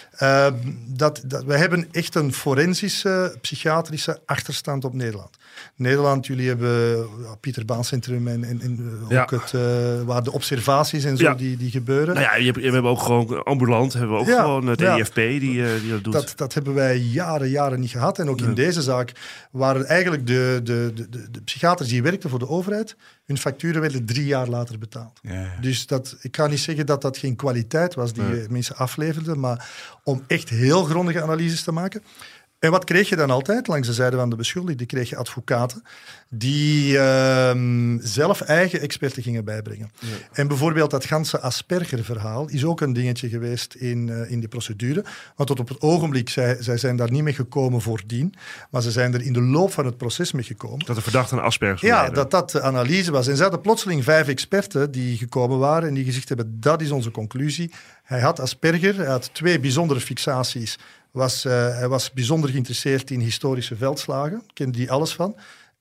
Speaker 3: We hebben echt een forensische, psychiatrische achterstand op Nederland. Nederland, jullie hebben Pieter Baan Centrum en ook waar de observaties en zo die gebeuren. Nou ja,
Speaker 4: we hebben ook gewoon ambulant, hebben we ook gewoon het EFP die dat doet.
Speaker 3: Dat hebben wij jaren niet gehad. En ook in deze zaak waren eigenlijk de psychiaters die werkten voor de overheid, hun facturen werden 3 jaar later betaald. Ja. Dus ik kan niet zeggen dat dat geen kwaliteit was die mensen afleverden, maar om echt heel grondige analyses te maken. En wat kreeg je dan altijd? Langs de zijde van de beschuldigde kreeg je advocaten die zelf eigen experten gingen bijbrengen. Ja. En bijvoorbeeld dat ganse Asperger-verhaal is ook een dingetje geweest in die procedure. Want tot op het ogenblik, zij zijn daar niet mee gekomen voordien, maar ze zijn er in de loop van het proces mee gekomen.
Speaker 4: Dat de verdachte een Asperger
Speaker 3: dat de analyse was. En ze hadden plotseling 5 experten die gekomen waren en die gezegd hebben, dat is onze conclusie. Hij had Asperger, hij had 2 bijzondere fixaties. Hij was bijzonder geïnteresseerd in historische veldslagen, kende die alles van.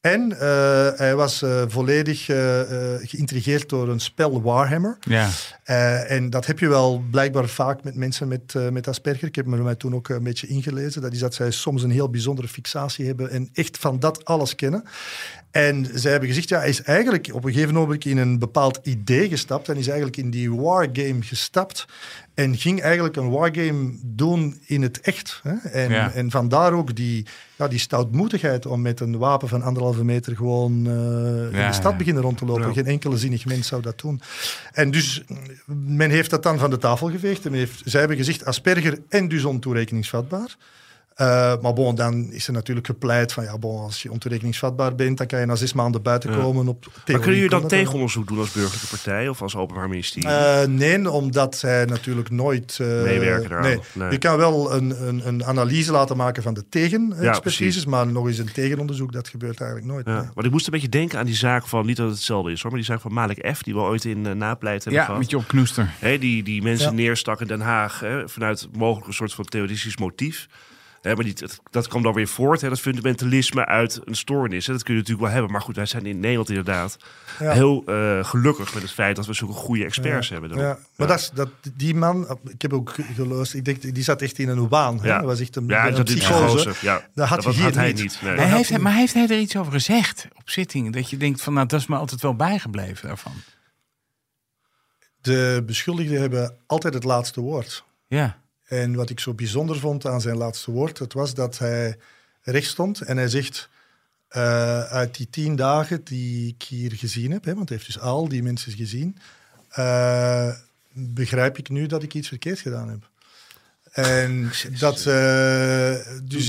Speaker 3: En hij was volledig geïntrigeerd door een spel Warhammer.
Speaker 5: Ja.
Speaker 3: En dat heb je wel blijkbaar vaak met mensen met Asperger. Ik heb me toen ook een beetje ingelezen. Dat is dat zij soms een heel bijzondere fixatie hebben en echt van dat alles kennen. En zij hebben gezegd, hij is eigenlijk op een gegeven moment in een bepaald idee gestapt en is eigenlijk in die wargame gestapt en ging eigenlijk een wargame doen in het echt. Hè? En vandaar ook die stoutmoedigheid om met een wapen van 1,5 meter gewoon in de stad beginnen rond te lopen. Ja. Geen enkele zinnig mens zou dat doen. En dus men heeft dat dan van de tafel geveegd. En zij hebben gezegd Asperger en dus ontoerekeningsvatbaar. Maar dan is er natuurlijk gepleit van als je ontoerekeningsvatbaar bent, dan kan je na 6 maanden buiten komen. Maar
Speaker 4: kunnen jullie dan tegenonderzoek doen als burgerlijke partij of als openbaar ministerie?
Speaker 3: Nee, omdat zij natuurlijk nooit
Speaker 4: meewerken daaraan.
Speaker 3: Nee. Je kan wel een analyse laten maken van de tegenexpertises, maar nog eens een tegenonderzoek, dat gebeurt eigenlijk nooit.
Speaker 4: Ja.
Speaker 3: Nee.
Speaker 4: Maar ik moest een beetje denken aan die zaak van, niet dat het hetzelfde is hoor, maar die zaak van Malik F, die we ooit in Napleit hebben gehad.
Speaker 5: Ja, met Job Knoester.
Speaker 4: Die mensen neerstak in Den Haag vanuit mogelijk een soort van theoretisch motief. Maar dat kwam dan weer voort, dat fundamentalisme uit een stoornis. Dat kun je natuurlijk wel hebben. Maar goed, wij zijn in Nederland inderdaad heel gelukkig met het feit dat we zulke goede experts hebben.
Speaker 3: Ja. Maar die man, ik heb ook geluisterd, ik denk, die zat echt in een waan.
Speaker 4: Ja.
Speaker 3: Dat was echt een
Speaker 4: psychose.
Speaker 3: Dat had hij niet.
Speaker 5: Nee. Maar heeft hij er iets over gezegd op zitting? Dat je denkt van, dat is me altijd wel bijgebleven daarvan.
Speaker 3: De beschuldigden hebben altijd het laatste woord.
Speaker 5: Ja.
Speaker 3: En wat ik zo bijzonder vond aan zijn laatste woord, het was dat hij recht stond en hij zegt, uit die 10 dagen die ik hier gezien heb, want hij heeft dus al die mensen gezien, begrijp ik nu dat ik iets verkeerd gedaan heb. En dat... dus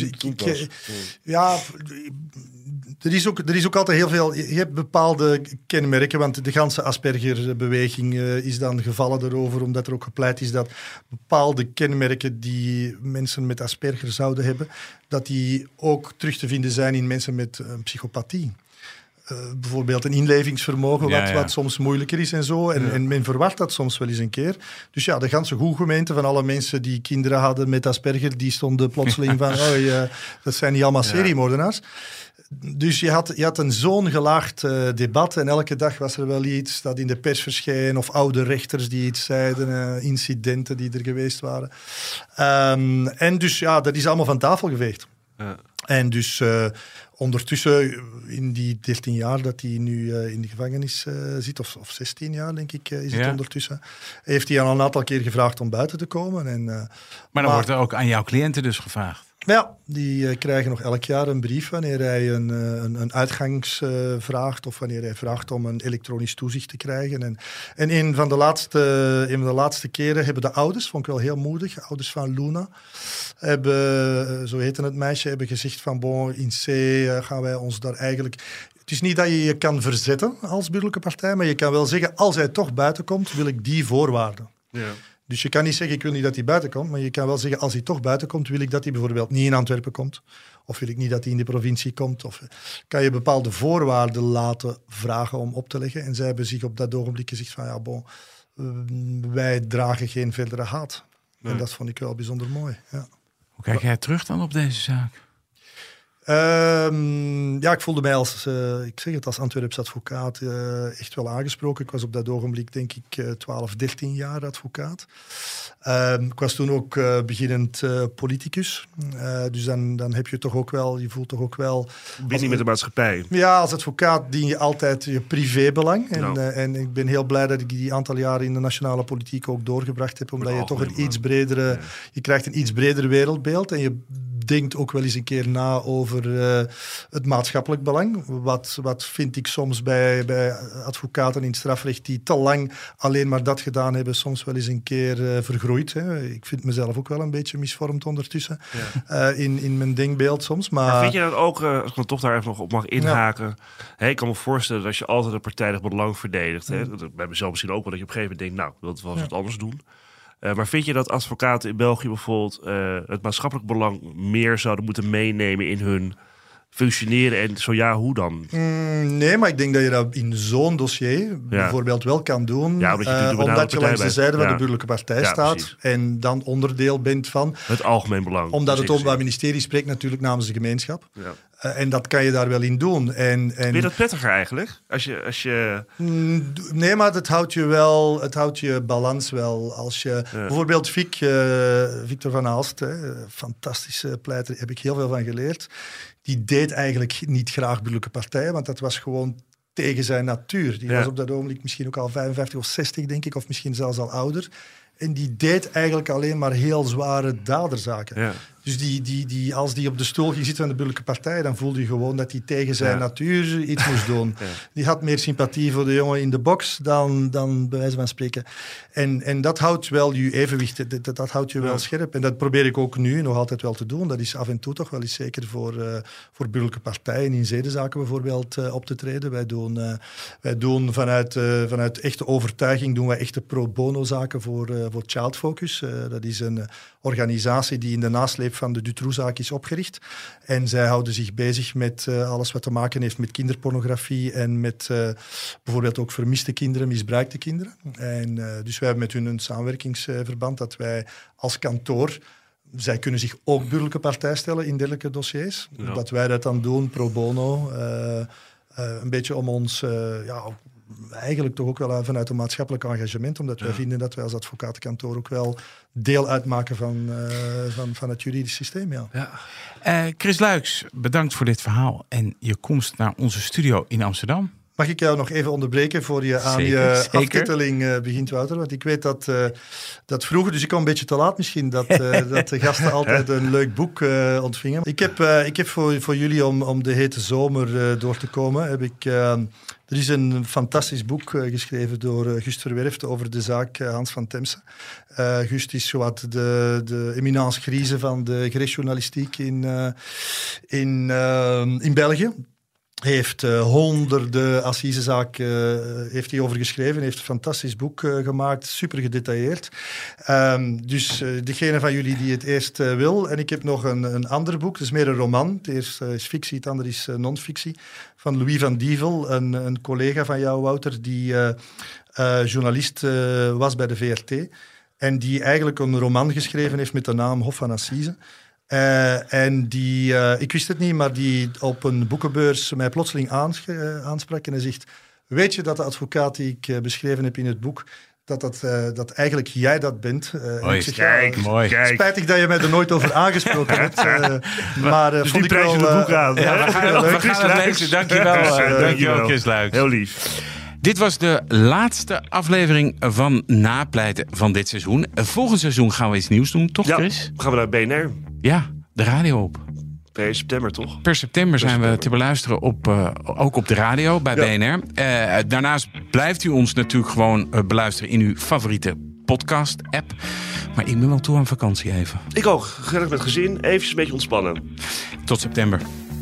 Speaker 3: er is ook altijd heel veel... Je hebt bepaalde kenmerken, want de ganse Asperger-beweging is dan gevallen erover, omdat er ook gepleit is dat bepaalde kenmerken die mensen met Asperger zouden hebben, dat die ook terug te vinden zijn in mensen met psychopathie. Bijvoorbeeld een inlevingsvermogen, wat soms moeilijker is en zo. En men verwacht dat soms wel eens een keer. Dus de ganse goedgemeente van alle mensen die kinderen hadden met Asperger, die stonden plotseling van, dat zijn niet allemaal seriemoordenaars. Dus je had zo'n gelaagd debat en elke dag was er wel iets dat in de pers verscheen of oude rechters die iets zeiden, incidenten die er geweest waren. En dus dat is allemaal van tafel geveegd. Ja. En dus ondertussen, in die 13 jaar dat hij nu in de gevangenis zit, of 16 jaar denk ik is het ondertussen, heeft hij al een aantal keer gevraagd om buiten te komen.
Speaker 5: Maar dan wordt er ook aan jouw cliënten dus gevraagd?
Speaker 3: Ja, die krijgen nog elk jaar een brief wanneer hij een uitgangs vraagt of wanneer hij vraagt om een elektronisch toezicht te krijgen. En een van de laatste keren hebben de ouders, vond ik wel heel moedig, ouders van Luna, hebben, zo heette het meisje, hebben gezegd van in C gaan wij ons daar eigenlijk... Het is niet dat je je kan verzetten als burgerlijke partij, maar je kan wel zeggen, als hij toch buiten komt, wil ik die voorwaarden. Ja. Dus je kan niet zeggen, ik wil niet dat hij buiten komt, maar je kan wel zeggen, als hij toch buiten komt, wil ik dat hij bijvoorbeeld niet in Antwerpen komt. Of wil ik niet dat hij in de provincie komt. Of kan je bepaalde voorwaarden laten vragen om op te leggen. En zij hebben zich op dat ogenblik gezegd van, wij dragen geen verdere haat. Nee. En dat vond ik wel bijzonder mooi. Ja.
Speaker 5: Hoe kijk jij terug dan op deze zaak?
Speaker 3: Ik voelde mij als Antwerps advocaat echt wel aangesproken. Ik was op dat ogenblik denk ik 12, 13 jaar advocaat. Ik was toen ook beginnend politicus. Dus dan heb je toch ook wel, je voelt toch ook wel...
Speaker 4: Binding met de maatschappij.
Speaker 3: Ja, als advocaat dien je altijd je privébelang. En ik ben heel blij dat ik die aantal jaren in de nationale politiek ook doorgebracht heb, omdat je toch je krijgt een iets breder wereldbeeld en je denkt ook wel eens een keer na over het maatschappelijk belang. Wat vind ik soms bij advocaten in het strafrecht die te lang alleen maar dat gedaan hebben, soms wel eens een keer vergroeid. Hè. Ik vind mezelf ook wel een beetje misvormd ondertussen in mijn denkbeeld soms. Maar
Speaker 4: vind je dat ook, als ik dan toch daar even nog op mag inhaken, ik kan me voorstellen dat je altijd een partijdig belang verdedigt. Hè. Bij mezelf misschien ook wel, dat je op een gegeven moment denkt, ik wil het wel eens wat anders doen. Maar vind je dat advocaten in België bijvoorbeeld het maatschappelijk belang meer zouden moeten meenemen in hun functioneren en zo ja, hoe dan?
Speaker 3: Nee, maar ik denk dat je dat in zo'n dossier bijvoorbeeld wel kan doen. Omdat je langs de zijde van de burgerlijke partij staat precies. En dan onderdeel bent van
Speaker 4: het algemeen belang.
Speaker 3: Omdat het Openbaar Ministerie spreekt natuurlijk namens de gemeenschap. Ja. En dat kan je daar wel in doen. Vind
Speaker 4: je dat prettiger eigenlijk? Als je...
Speaker 3: Nee, maar het houdt je balans wel. Als je bijvoorbeeld Victor van Aalst, fantastische pleiter, heb ik heel veel van geleerd. Die deed eigenlijk niet graag burgerlijke partijen, want dat was gewoon tegen zijn natuur. Die was op dat ogenblik misschien ook al 55 of 60, denk ik, of misschien zelfs al ouder. En die deed eigenlijk alleen maar heel zware daderzaken. Ja. Dus als die op de stoel ging zitten van de burgerlijke partij, dan voelde je gewoon dat hij tegen zijn natuur iets moest doen. Ja. Die had meer sympathie voor de jongen in de box dan bij wijze van spreken. En dat houdt wel je evenwicht, dat houdt je wel scherp. En dat probeer ik ook nu nog altijd wel te doen. Dat is af en toe toch wel eens zeker voor burgerlijke partijen in zedenzaken bijvoorbeeld op te treden. Wij doen vanuit echte overtuiging doen wij echte pro bono zaken voor Child Focus. Dat is een organisatie die in de nasleep van de Dutroux-zaak is opgericht. En zij houden zich bezig met alles wat te maken heeft met kinderpornografie en met bijvoorbeeld ook vermiste kinderen, misbruikte kinderen. En dus wij hebben met hun een samenwerkingsverband dat wij als kantoor, zij kunnen zich ook burgerlijke partij stellen in dergelijke dossiers. Ja. Dat wij dat dan doen, pro bono, een beetje om ons... eigenlijk toch ook wel vanuit een maatschappelijk engagement, omdat wij vinden dat wij als advocatenkantoor ook wel deel uitmaken van het juridisch systeem.
Speaker 5: Chris Luijks, bedankt voor dit verhaal en je komst naar onze studio in Amsterdam.
Speaker 3: Mag ik jou nog even onderbreken voor je aan je afketteling begint, Wouter? Want ik weet dat vroeger, dus ik kwam een beetje te laat misschien, dat de gasten altijd een leuk boek ontvingen. Ik heb voor jullie, om de hete zomer door te komen, er is een fantastisch boek geschreven door Gust Verwerft over de zaak Hans van Temse. Gust is zowat de eminence grise van de gerechtsjournalistiek in België. Hij heeft honderden assisezaken heeft hij over geschreven. Heeft een fantastisch boek gemaakt, super gedetailleerd. Dus degene van jullie die het eerst wil. En ik heb nog een ander boek, dat is meer een roman. Het eerste is fictie, het andere is non-fictie. Van Louis van Dievel, een collega van jou, Wouter, die journalist was bij de VRT. En die eigenlijk een roman geschreven heeft met de naam Hof van Assise. En die, ik wist het niet, maar die op een boekenbeurs mij plotseling aansprak en hij zegt, weet je dat de advocaat die ik beschreven heb in het boek, dat eigenlijk jij dat bent?
Speaker 5: Mooi, mooi.
Speaker 3: Spijtig dat je mij er nooit over aangesproken hebt. Maar
Speaker 4: dus
Speaker 3: vond
Speaker 4: die
Speaker 3: ik
Speaker 4: prijs
Speaker 3: wel...
Speaker 4: het boek aan.
Speaker 5: We gaan het lezen. Dankjewel, Chris Luijks.
Speaker 4: Heel lief.
Speaker 5: Dit was de laatste aflevering van Napleiten van dit seizoen. Volgend seizoen gaan we iets nieuws doen, toch Chris?
Speaker 4: Gaan we naar BNR.
Speaker 5: Ja, de radio op.
Speaker 4: Per september, toch?
Speaker 5: Per september zijn we te beluisteren ook op de radio bij BNR. Daarnaast blijft u ons natuurlijk gewoon beluisteren in uw favoriete podcast-app. Maar ik ben wel toe aan vakantie even.
Speaker 4: Ik ook. Gezellig met gezin. Even een beetje ontspannen.
Speaker 5: Tot september.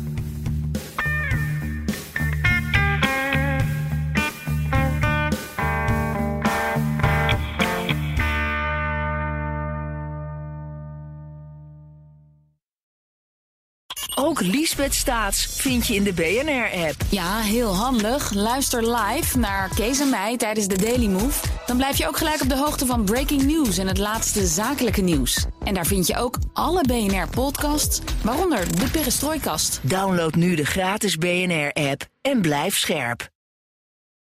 Speaker 2: Ook Liesbeth Staats vind je in de BNR-app.
Speaker 6: Ja, heel handig. Luister live naar Kees en mij tijdens de Daily Move. Dan blijf je ook gelijk op de hoogte van breaking news en het laatste zakelijke nieuws. En daar vind je ook alle BNR-podcasts, waaronder de Perestrooikast.
Speaker 2: Download nu de gratis BNR-app en blijf scherp.